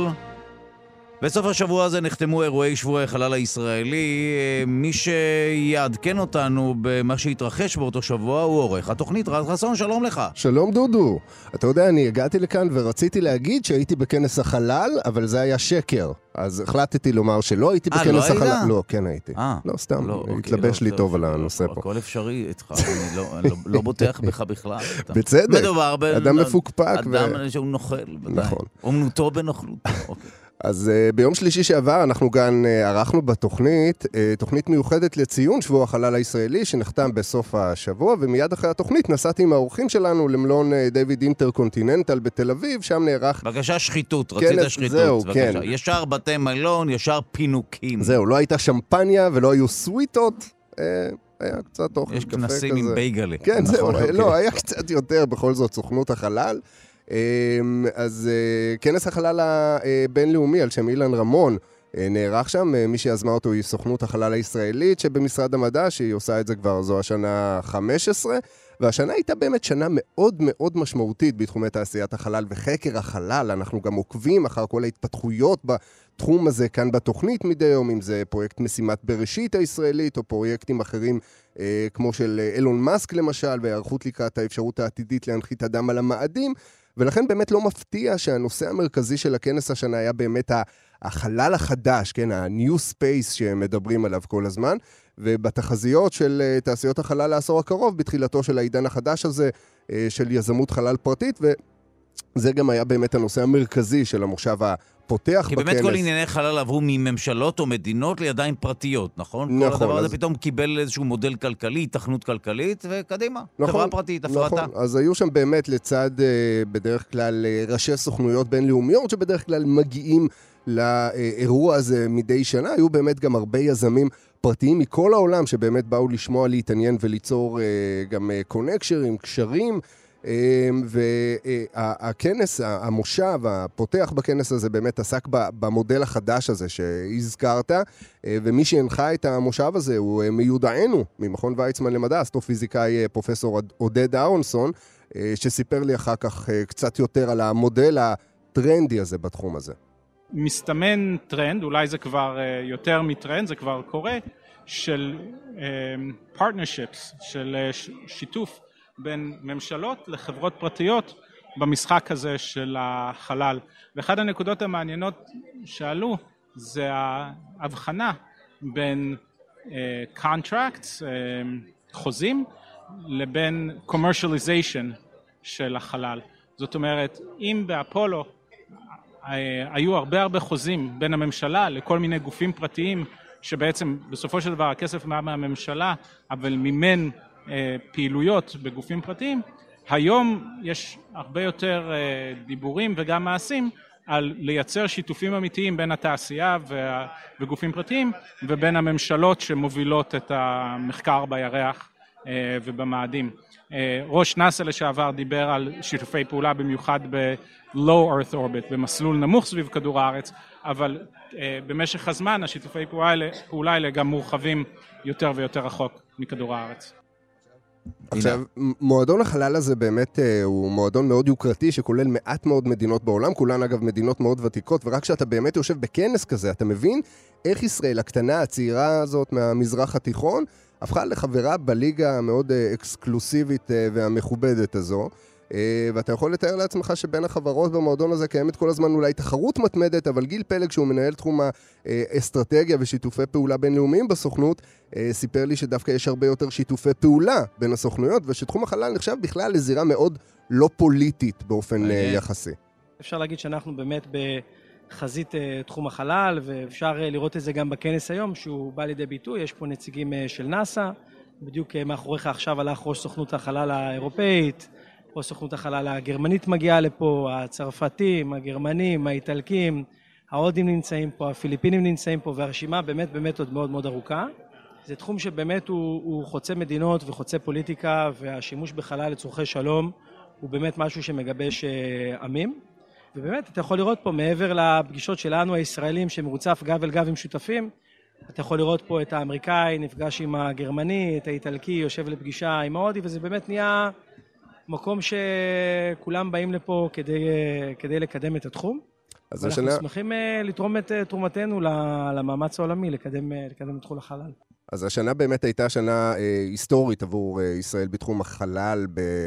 בסוף השבוע הזה נחתמו אירועי שבוע החלל הישראלי. מי שיעדכן אותנו במה שהתרחש באותו שבוע הוא עורך התוכנית רז חסון. שלום לך. שלום דודו. אתה יודע, אני הגעתי לכאן ורציתי להגיד שהייתי בכנס החלל, אבל זה היה שקר. אז החלטתי לומר שלא הייתי בכנס החלל. לא היית? לא, כן הייתי. לא, סתם. התלבש לי טוב על הנושא פה. הכל אפשרי איתך, אני לא בוטח בך בכלל. בצדק. אדם מפוקפק. אדם שהוא נוכל. נכון. אומנותו בנוכלותו. אוקיי. אז ביום שלישי שעבר אנחנו גם ערכנו בתוכנית, תוכנית מיוחדת לציון שבוע החלל הישראלי שנחתם בסוף השבוע, ומיד אחרי התוכנית נסעתי עם האורחים שלנו למלון דיוויד אינטרקונטיננטל בתל אביב, שם נערך... בבקשה שחיתות, רצית שחיתות. זהו, כן. ישר בתי מלון, ישר פינוקים. זהו, לא הייתה שמפניה ולא היו סוויטות, היה קצת אוכל יש קפה כנסים עם בייגלה. כן, זהו, לא, היה קצת יותר בכל זאת סוכנות החלל. אז כנס החלל הבינלאומי על שם אילן רמון נערך שם, מי שיזמה אותו היא סוכנות החלל הישראלית שבמשרד המדע, שהיא עושה את זה כבר, זו השנה 15, והשנה הייתה באמת שנה מאוד מאוד משמעותית בתחומי תעשיית החלל וחקר החלל. אנחנו גם עוקבים אחר כל ההתפתחויות בתחום הזה כאן בתוכנית מדי יום, אם זה פרויקט משימת בראשית הישראלית או פרויקטים אחרים כמו של אילון מאסק למשל, והערכות לקראת האפשרות העתידית להנחית אדם על המאדים. ולכן באמת לא מפתיע שהנושא המרכזי של הכנס השנה היה באמת החלל החדש, כן, ה-new space שמדברים עליו כל הזמן, ובתחזיות של תעשיות החלל לעשור הקרוב, בתחילתו של העידן החדש הזה של יזמות חלל פרטית, וזה גם היה באמת הנושא המרכזי של המושב הפותח בכנס. כי באמת כל ענייני חלל עברו מממשלות או מדינות לידיים פרטיות, נכון? נכון. כל הדבר הזה פתאום קיבל איזשהו מודל כלכלי, תכנות כלכלית, וקדימה. נכון, חברה פרטית, הפרטה. נכון, אז היו שם באמת לצד בדרך כלל ראשי סוכנויות בינלאומיות, שבדרך כלל מגיעים לאירוע הזה מדי שנה, היו באמת גם הרבה יזמים פרטיים מכל העולם, שבאמת באו לשמוע, להתעניין וליצור גם קונקשרים, קשרים, והכנס, המושב הפותח בכנס הזה באמת עסק במודל החדש הזה שהזכרת, ומי שהנחה את המושב הזה הוא מיודענו ממכון ויצמן למדע, אסטרופיזיקאי פרופסור עודד אהרונסון, שסיפר לי אחר כך קצת יותר על המודל הטרנדי הזה בתחום הזה. מסתמן טרנד, אולי זה כבר יותר מטרנד, זה כבר קורה, של partnerships, של שיתוף בין ממשלות לחברות פרטיות במשחק הזה של החלל. ואחת הנקודות המעניינות שעלו זה ההבחנה בין contracts, חוזים, לבין commercialization של החלל. זאת אומרת, אם באפולו היו הרבה חוזים בין הממשלה לכל מיני גופים פרטיים, שבעצם בסופו של דבר הכסף מהממשלה, אבל מימן פעילויות בגופים פרטיים, היום יש הרבה יותר דיבורים וגם מעשים על לייצר שיתופים אמיתיים בין התעשייה וגופים פרטיים, ובין הממשלות שמובילות את המחקר בירח ובמאדים. ראש נאס"א לשעבר דיבר על שיתופי פעולה במיוחד ב-low earth orbit, במסלול נמוך סביב כדור הארץ, אבל במשך הזמן השיתופי פעולה האלה גם מורחבים יותר ויותר רחוק מכדור הארץ. עכשיו, מועדון החלל הזה באמת הוא מועדון מאוד יוקרתי שכולל מעט מאוד מדינות בעולם, כולן אגב מדינות מאוד ותיקות, ורק כשאתה באמת יושב בכנס כזה, אתה מבין איך ישראל הקטנה, הצעירה הזאת מהמזרח התיכון, הפכה לחברה בליגה המאוד אקסקלוסיבית והמכובדת הזו, ואתה יכול לתאר לעצמך שבין החברות במועדון הזה קיימת כל הזמן אולי תחרות מתמדת, אבל גיל פלג, שהוא מנהל תחום האסטרטגיה ושיתופי פעולה בינלאומיים בסוכנות, סיפר לי שדווקא יש הרבה יותר שיתופי פעולה בין הסוכנויות, ושתחום החלל נחשב בכלל לזירה מאוד לא פוליטית באופן יחסי. אפשר להגיד שאנחנו באמת בחזית תחום החלל, ואפשר לראות את זה גם בכנס היום, שהוא בא לידי ביטוי. יש פה נציגים של נאס"א, בדיוק מאחוריך עכשיו הלך ראש סוכנות החלל האירופאית, ראש סוכנות החלל הגרמנית מגיעה לפה, הצרפתים, הגרמנים, האיטלקים, ההודים נמצאים פה, הפיליפינים נמצאים פה, והרשימה באמת באמת עוד מאוד מאוד ארוכה. זה תחום שבאמת הוא חוצה מדינות וחוצה פוליטיקה, והשימוש בחלל לצורכי שלום הוא באמת משהו שמגבש עמים. ובאמת אתה יכול לראות פה מעבר לפגישות שלנו הישראלים שמרוצף גב אל גב עם שותפים, אתה יכול לראות פה את האמריקאי נפגש עם הגרמני, את האיטלקי יושב לפגישה עם ההודי, וזה באמת נהיה מקום שכולם באים לפה כדי לקדם את התחום. אז אנחנו שמחים לתרום את תרומתנו למאמץ העולמי, לקדם את תחום החלל. אז השנה באמת הייתה שנה היסטורית עבור ישראל בתחום החלל,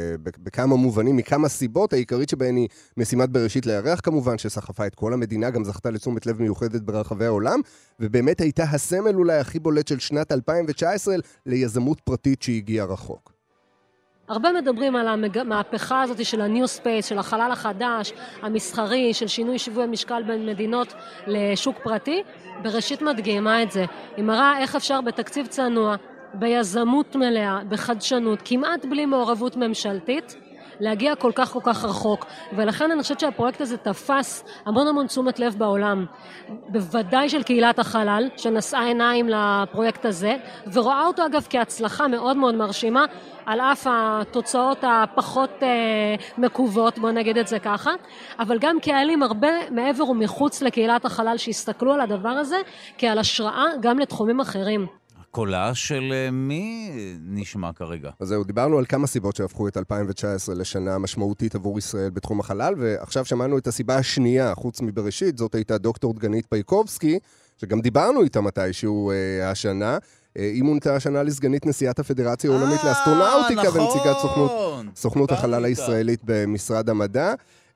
בכמה מובנים, מכמה סיבות. העיקרית שבהן היא משימת בראשית לירח כמובן, שסחפה את כל המדינה, גם זכתה לתשומת לב מיוחדת ברחבי העולם, ובאמת הייתה הסמל אולי הכי בולט של שנת 2019 ליזמות פרטית שהגיעה רחוק. הרבה מדברים על המהפכה הזאת של ה-New Space, של החלל החדש, המסחרי, של שינוי שיווי המשקל בין מדינות לשוק פרטי. בראשית מדגימה את זה. היא מראה איך אפשר בתקציב צנוע, ביזמות מלאה, בחדשנות, כמעט בלי מעורבות ממשלתית, להגיע כל כך רחוק. ולכן אני חושבת שהפרויקט הזה תפס המון תשומת לב בעולם. בוודאי של קהילת החלל, שנשאה עיניים לפרויקט הזה, ורואה אותו אגב כהצלחה מאוד מאוד מרשימה, על אף התוצאות הפחות מקוות, בוא נגיד את זה ככה, אבל גם קהלים הרבה מעבר ומחוץ לקהילת החלל שהסתכלו על הדבר הזה, כעל השראה גם לתחומים אחרים. קולה של מי נשמע כרגע? אז זהו, דיברנו על כמה סיבות שהפכו את 2019 לשנה משמעותית עבור ישראל בתחום החלל, ועכשיו שמענו את הסיבה השנייה, חוץ מבראשית, זאת הייתה דוקטור דגנית פייקובסקי, שגם דיברנו איתה מתישהו השנה, היא מונתה השנה לסגנית נשיאת הפדרציה העולמית לאסטרונאוטיקה, ונציגת סוכנות החלל הישראלית במשרד המדע,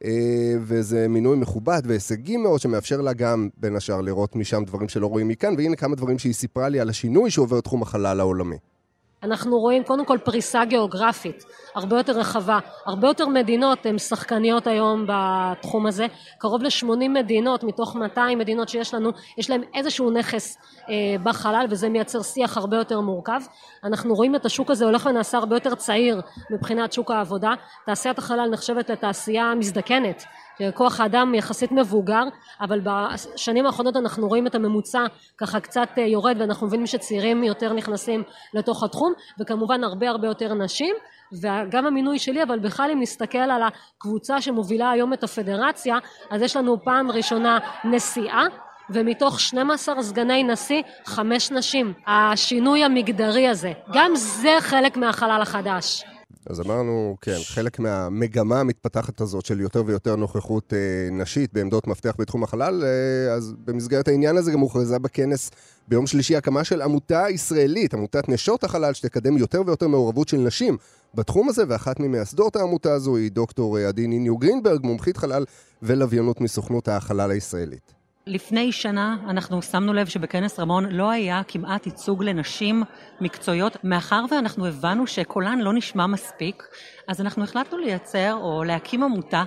וזה מינוי מכובד והישגי מאוד שמאפשר לה גם בין השאר לראות משם דברים שלא רואים מכאן, והנה כמה דברים שהיא סיפרה לי על השינוי שעובר תחום החלל העולמי. אנחנו רואים קודם כל פריסה גיאוגרפית, הרבה יותר רחבה, הרבה יותר מדינות הן שחקניות היום בתחום הזה, קרוב ל-80 מדינות מתוך 200 מדינות שיש לנו, יש להם איזשהו נכס בחלל, וזה מייצר שיח הרבה יותר מורכב. אנחנו רואים את השוק הזה הולך ונעשה הרבה יותר צעיר מבחינת שוק העבודה, תעשיית החלל נחשבת לתעשייה מזדקנת, כוח האדם יחסית מבוגר, אבל בשנים האחרונות אנחנו רואים את הממוצע ככה קצת יורד, ואנחנו מבינים שצעירים יותר נכנסים לתוך התחום, וכמובן הרבה יותר נשים, וגם המינוי שלי, אבל בכלל אם נסתכל על הקבוצה שמובילה היום את הפדרציה, אז יש לנו פעם ראשונה נשיאה, ומתוך 12 סגני נשיא, 5 נשים. השינוי המגדרי הזה, גם זה חלק מהחלל החדש. אז אמרנו, כן, חלק מהמגמה המתפתחת הזאת של יותר ויותר נוכחות נשית בעמדות מפתח בתחום החלל, אז במסגרת העניין הזה גם הוכרזה בכנס ביום שלישי הקמה של עמותה ישראלית, עמותת נשות החלל, שתקדם יותר ויותר מעורבות של נשים בתחום הזה, ואחת ממייסדות העמותה הזו היא דוקטור עדי ניניו גרינברג, מומחית חלל ולוויינות מסוכנות החלל הישראלית. לפני שנה אנחנו שמנו לב שבכנס רמון לא היה כמעט ייצוג לנשים מקצועיות, מאחר ואנחנו הבנו שקולן לא נשמע מספיק, אז אנחנו החלטנו לייצר או להקים עמותה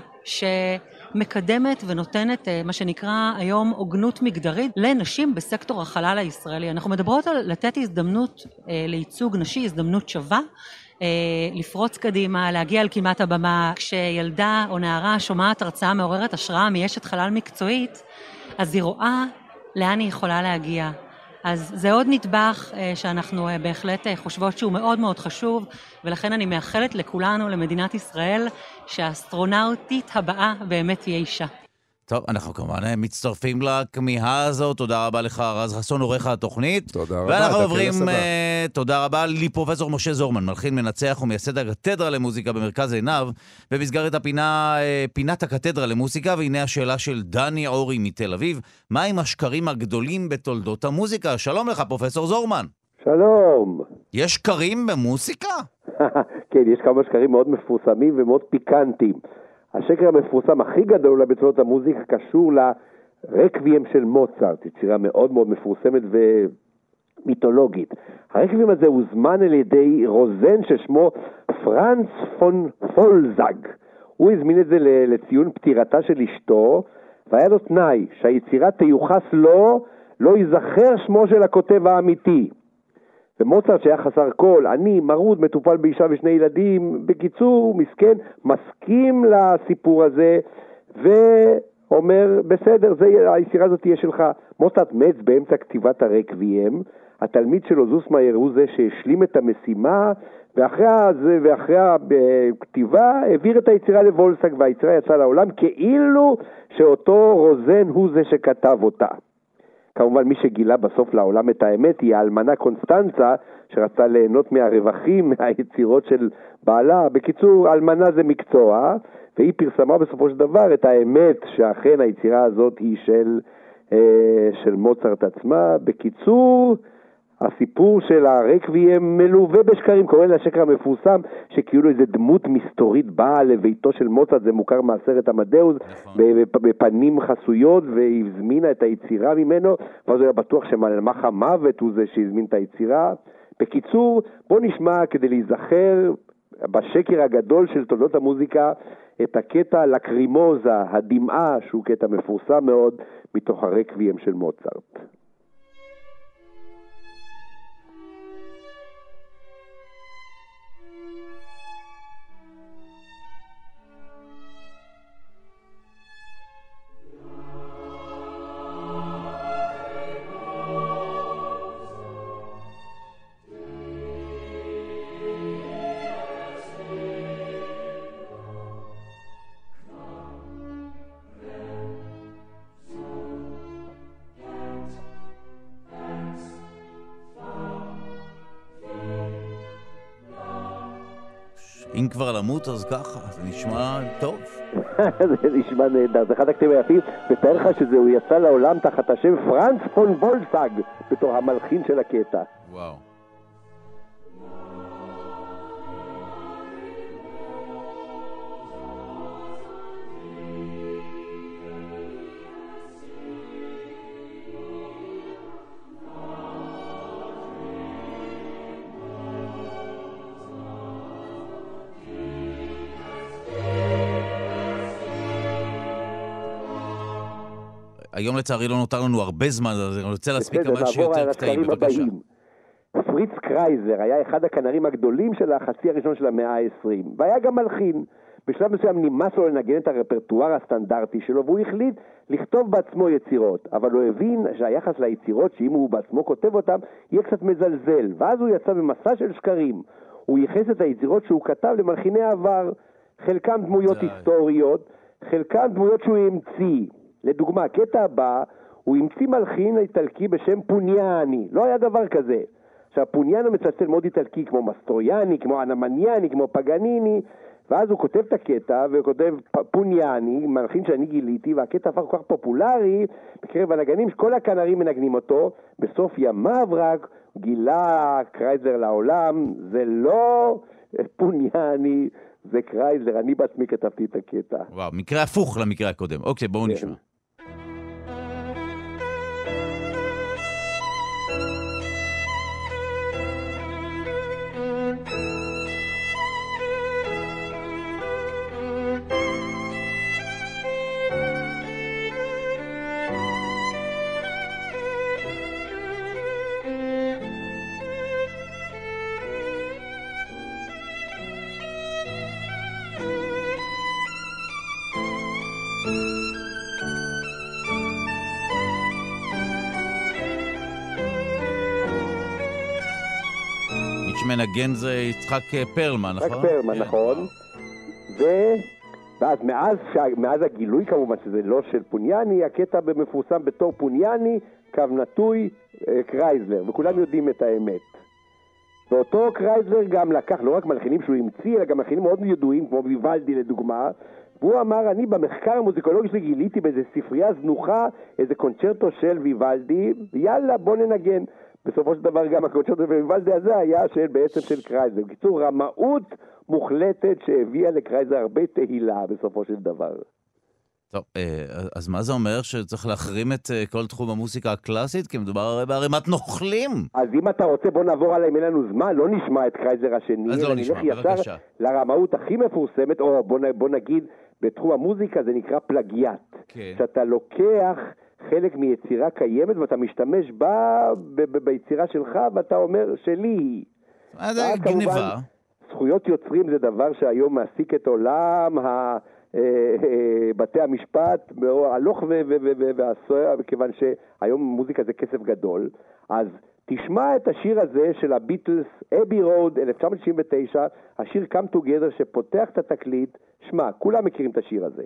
שמקדמת ונותנת מה שנקרא היום עוגנות מגדרית לנשים בסקטור החלל הישראלי. אנחנו מדברות על לתת הזדמנות לייצוג נשי, הזדמנות שווה, לפרוץ קדימה, להגיע על כמעט הבמה. כשילדה או נערה שומעת הרצאה מעוררת השראה מאשת חלל מקצועית, אז היא רואה לאן היא יכולה להגיע. אז זה עוד נדבך שאנחנו בהחלט חושבות שהוא מאוד מאוד חשוב, ולכן אני מאחלת לכולנו, למדינת ישראל, שהאסטרונאוטית הבאה באמת תהיה אישה. טוב, אנחנו כמובן מצטרפים לכמיהה הזאת. תודה רבה לך, רז חסון, עורך התוכנית. תודה רבה. ואנחנו עוברים, תודה רבה לפרופסור משה זורמן, מלחין מנצח ומייסד הקתדרה למוזיקה במרכז עיניו, במסגרת פינת הקתדרה למוזיקה, והנה השאלה של דני אורי מתל אביב, מה עם השקרים הגדולים בתולדות המוזיקה? שלום לך, פרופסור זורמן. שלום. יש שקרים במוזיקה? כן, יש כמה שקרים מאוד מפורסמים ומאוד פיקנטיים. השקר המפורסם הכי גדול בתולדות המוזיקה קשור לרקוויאם של מוצרט, יצירה מאוד מאוד מפורסמת ומיתולוגית. הרקוויאם הזה הוזמן על ידי רוזן ששמו פרנץ פון פולזאג. הוא הזמין את זה לציון פטירתה של אשתו, והיה לו תנאי שהיצירה תיוחס לו, לא ייזכר שמו של הכותב האמיתי. ומוצרט שהיה חסר כל, אני, מרוד, מטופל באישה ושני ילדים, בקיצור, מסכן, מסכים לסיפור הזה, ואומר, בסדר, היצירה הזאת תהיה שלך. מוצרט מת באמצע כתיבת הרקוויאם, התלמיד שלו זוסמאייר הוא זה שהשלים את המשימה, ואחרי הכתיבה העביר את היצירה לוולסאג, והיצירה יצאה לעולם כאילו שאותו רוזן הוא זה שכתב אותה. כמובן מי שגילה בסוף לעולם את האמת היא האלמנה קונסטנצה, שרצה ליהנות מהרווחים מהיצירות של בעלה. בקיצור, אלמנה זה מקצוע, והיא פרסמה בסופו של דבר את האמת שאכן היצירה הזאת היא של מוצרט עצמה. בקיצור, הסיפור של הרקוויאם מלווה בשקרים, קוראים לשקר המפורסם שכאילו איזה דמות מסתורית באה לביתו של מוצרט, זה מוכר מהסרט עמדאוס, בפנים חסויות, והזמינה את היצירה ממנו, ואז הוא היה בטוח שמלאך המוות הוא זה שהזמין את היצירה. בקיצור, בוא נשמע כדי להיזכר בשקר הגדול של תולדות המוזיקה את הקטע לקרימוזה, הדמעה, שהוא קטע מפורסם מאוד מתוך הרקוויאם של מוצרט. אם כבר למות אז ככה, זה נשמע טוב. זה נשמע נהדר, זה אחד הקטעים היפים, ותאר לך שהוא יצא לעולם תחת השם פרנץ פון וולסאג, בתור המלחין של הקטע. וואו. היום לצערי לא נותר לנו הרבה זמן, אז אני רוצה להספיק כמה שיותר קטעים, בבקשה. פריץ קרייזר היה אחד הכנרים הגדולים של החצי הראשון של המאה ה-20, והיה גם מלחין. בשלב מסוים נמאס לו לנגן את הרפרטואר הסטנדרטי שלו, והוא החליט לכתוב בעצמו יצירות, אבל הוא הבין שהיחס ליצירות, שאם הוא בעצמו כותב אותם, יהיה קצת מזלזל, ואז הוא יצא במסע של שקרים. הוא ייחס את היצירות שהוא כתב למלחיני העבר, חלקם דמויות היסטוריות, חלקם דמויות שהוא המציא. לדוגמה, הקטע הבא, הוא המציא מלחין איטלקי בשם פוניאני. לא היה דבר כזה. עכשיו, פוניאני מצלצל מאוד איטלקי, כמו מסטרויאני, כמו אנמניאני, כמו פגניני, ואז הוא כותב את הקטע, וכותב פוניאני, מלחין שאני גיליתי, והקטע הפך כל כך פופולרי, בקרב הנגנים, שכל הכנרים מנגנים אותו, בסוף ימיו רק גילה קרייזר לעולם, זה לא פוניאני, זה קרייזר, אני בעצמי כתבתי את הקטע. וואו, מקרה הפוך למקרה הקודם. אוקיי, בואו נשמע. שמנגן זה יצחק פרלמן, נכון? יצחק פרלמן, נכון. ואז מאז הגילוי כמובן, שזה לא של פוניאני, הקטע מפורסם בתור פוניאני, קו נטוי, קרייזלר, וכולם יודעים את האמת. ואותו קרייזלר גם לקח לא רק מלחינים שהוא המציא, אלא גם מלחינים מאוד ידועים, כמו ויוולדי לדוגמה, והוא אמר, אני במחקר המוזיקולוגי שלי גיליתי באיזה ספרייה זנוחה, איזה קונצ'רטו של ויוולדי, יאללה בוא ננגן. בסופו של דבר גם הקונצ'רטו של ויוולדי הזה היה בעצם של קרייזלר. בקיצור, רמאות מוחלטת שהביאה לקרייזלר הרבה תהילה בסופו של דבר. טוב, אז מה זה אומר שצריך להחרים את כל תחום המוסיקה הקלאסית? כי מדובר הרי בערימת נוכלים. אז אם אתה רוצה, בוא נעבור עליהם, אין לנו זמן, לא נשמע את קרייזלר השני. אז לא נשמע, בבקשה. בבקשה. לרמאות הכי מפורסמת, או בוא נגיד, בתחום המוזיקה זה נקרא פלגיאט. כן. שאתה לוקח חלק מיצירה קיימת ואתה משתמש בה ביצירה שלך ואתה אומר שלי היא. זה גניבה. זכויות יוצרים זה דבר שהיום מעסיק את עולם בתי המשפט הלוך והסוער, כיוון שהיום מוזיקה זה כסף גדול. אז תשמע את השיר הזה של הביטלס, אבי רוד, 1969, השיר Come Together שפותח את התקליט. שמע, כולם מכירים את השיר הזה.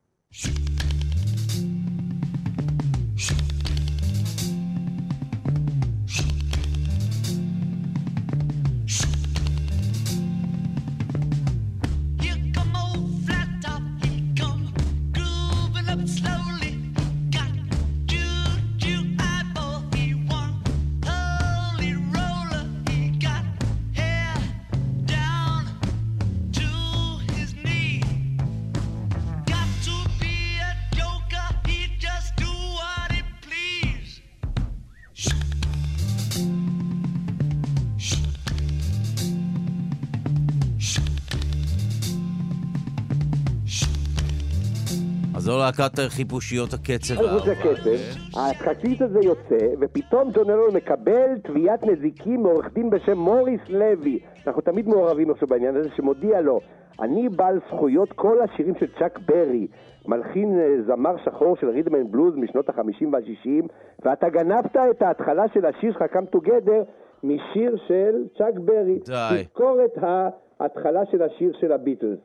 זו להקת חיפושיות הקצב. התקליט הזה יוצא, ופתאום ג'ון לנון מקבל תביעת נזיקים מעורך דין בשם מוריס לוי. אנחנו תמיד מעורבים עכשיו בעניין הזה, שמודיע לו, אני בעל זכויות כל השירים של צ'אק ברי, מלחין זמר שחור של רית'ם אנד בלוז משנות ה-50 וה-60, ואתה גנבת את ההתחלה של השיר שלך Come Together משיר של צ'אק ברי. תזכור את ההתחלה של השיר של הביטלס.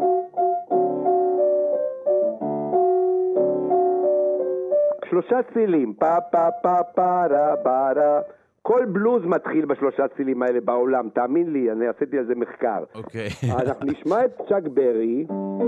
שלושה צילים, פה פה פה פה רה ברה. כל בלוז מתחיל בשלושה צילים האלה בעולם, תאמין לי, אני עשיתי על זה מחקר. אוקיי. אנחנו נשמע את צ'אק ברי.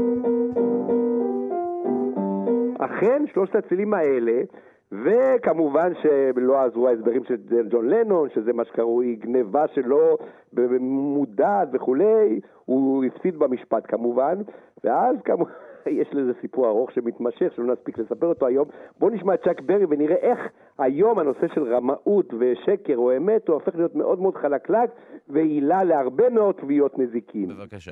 אכן, שלושת הצילים האלה, וכמובן שלא עזרו ההסברים של ג'ון לנון, שזה מה שקרוי גניבה שלו במודעת וכולי, הוא הפסיד במשפט כמובן, ואז כמובן יש לזה סיפור ארוך שמתמשך, שלא נספיק לספר אותו היום. בואו נשמע את צ'אק ברי ונראה איך היום הנושא של רמאות ושקר או אמת הוא הופך להיות מאוד מאוד חלקלק ועילה להרבה מאוד תביעות נזיקים. בבקשה.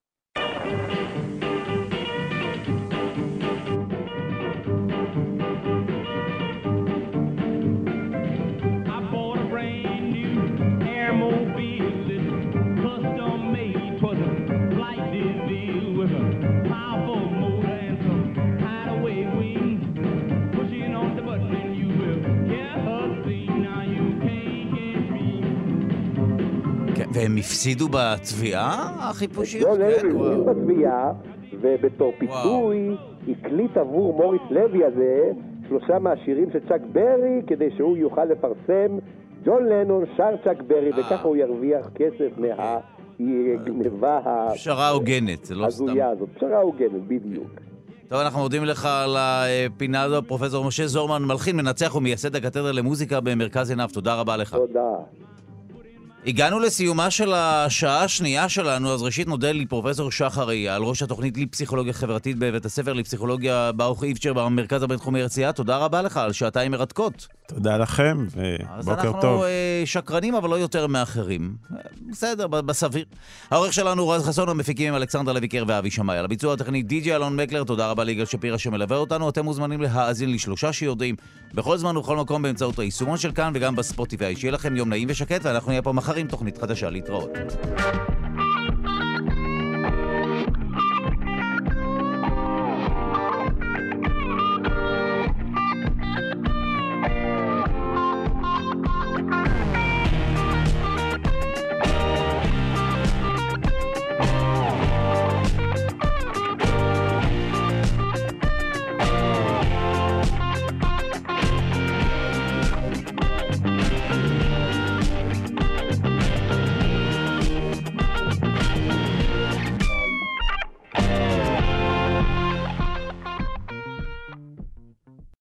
והם הפסידו בתביעה, החיפושיות? לא, הם הפסידו בתביעה, ובתור פיצוי הקליט עבור מוריס לוי הזה 3 מהשירים של צ'אק ברי, כדי שהוא יוכל לפרסם ג'ון לנון שר צ'אק ברי, וככה הוא ירוויח כסף מהגניבה פשרה הוגנת, זה לא סתם. הזויה הזאת, פשרה הוגנת, בדיוק. טוב, אנחנו מודים לך על הפינה הזו, פרופסור משה זורמן, מלחין, מנצח ומייסד הקתדרה למוזיקה במרכז עינב. תודה רבה לך. תודה. הגענו לסיומה של השעה השנייה שלנו, אז ראשית נודה לפרופסור שחר אייל, ראש התוכנית לפסיכולוגיה חברתית בבית הספר לפסיכולוגיה ברוך איפצ'ר במרכז הבינתחומי הרצליה. תודה רבה לך על שעתיים מרתקות. תודה לכם, ובוקר טוב. אז אנחנו שקרנים, אבל לא יותר מאחרים. בסדר, בסביר. העורך שלנו רז חסון, המפיקים עם אלכסנדר לויקר ואבי שמאי. על הביצוע הטכני די.ג'י אלון מקלר, תודה רבה ליגאל שפירא שמלווה אותנו. אתם מוזמנים להאזין ל3 שיודעים בכל זמן ובכל מקום באמצעות היישומון של כאן וגם בספוטיפיי. שיהיה לכם יום נעים ושקט, ואנחנו נהיה פה מחר עם תוכנית חדשה להתראות.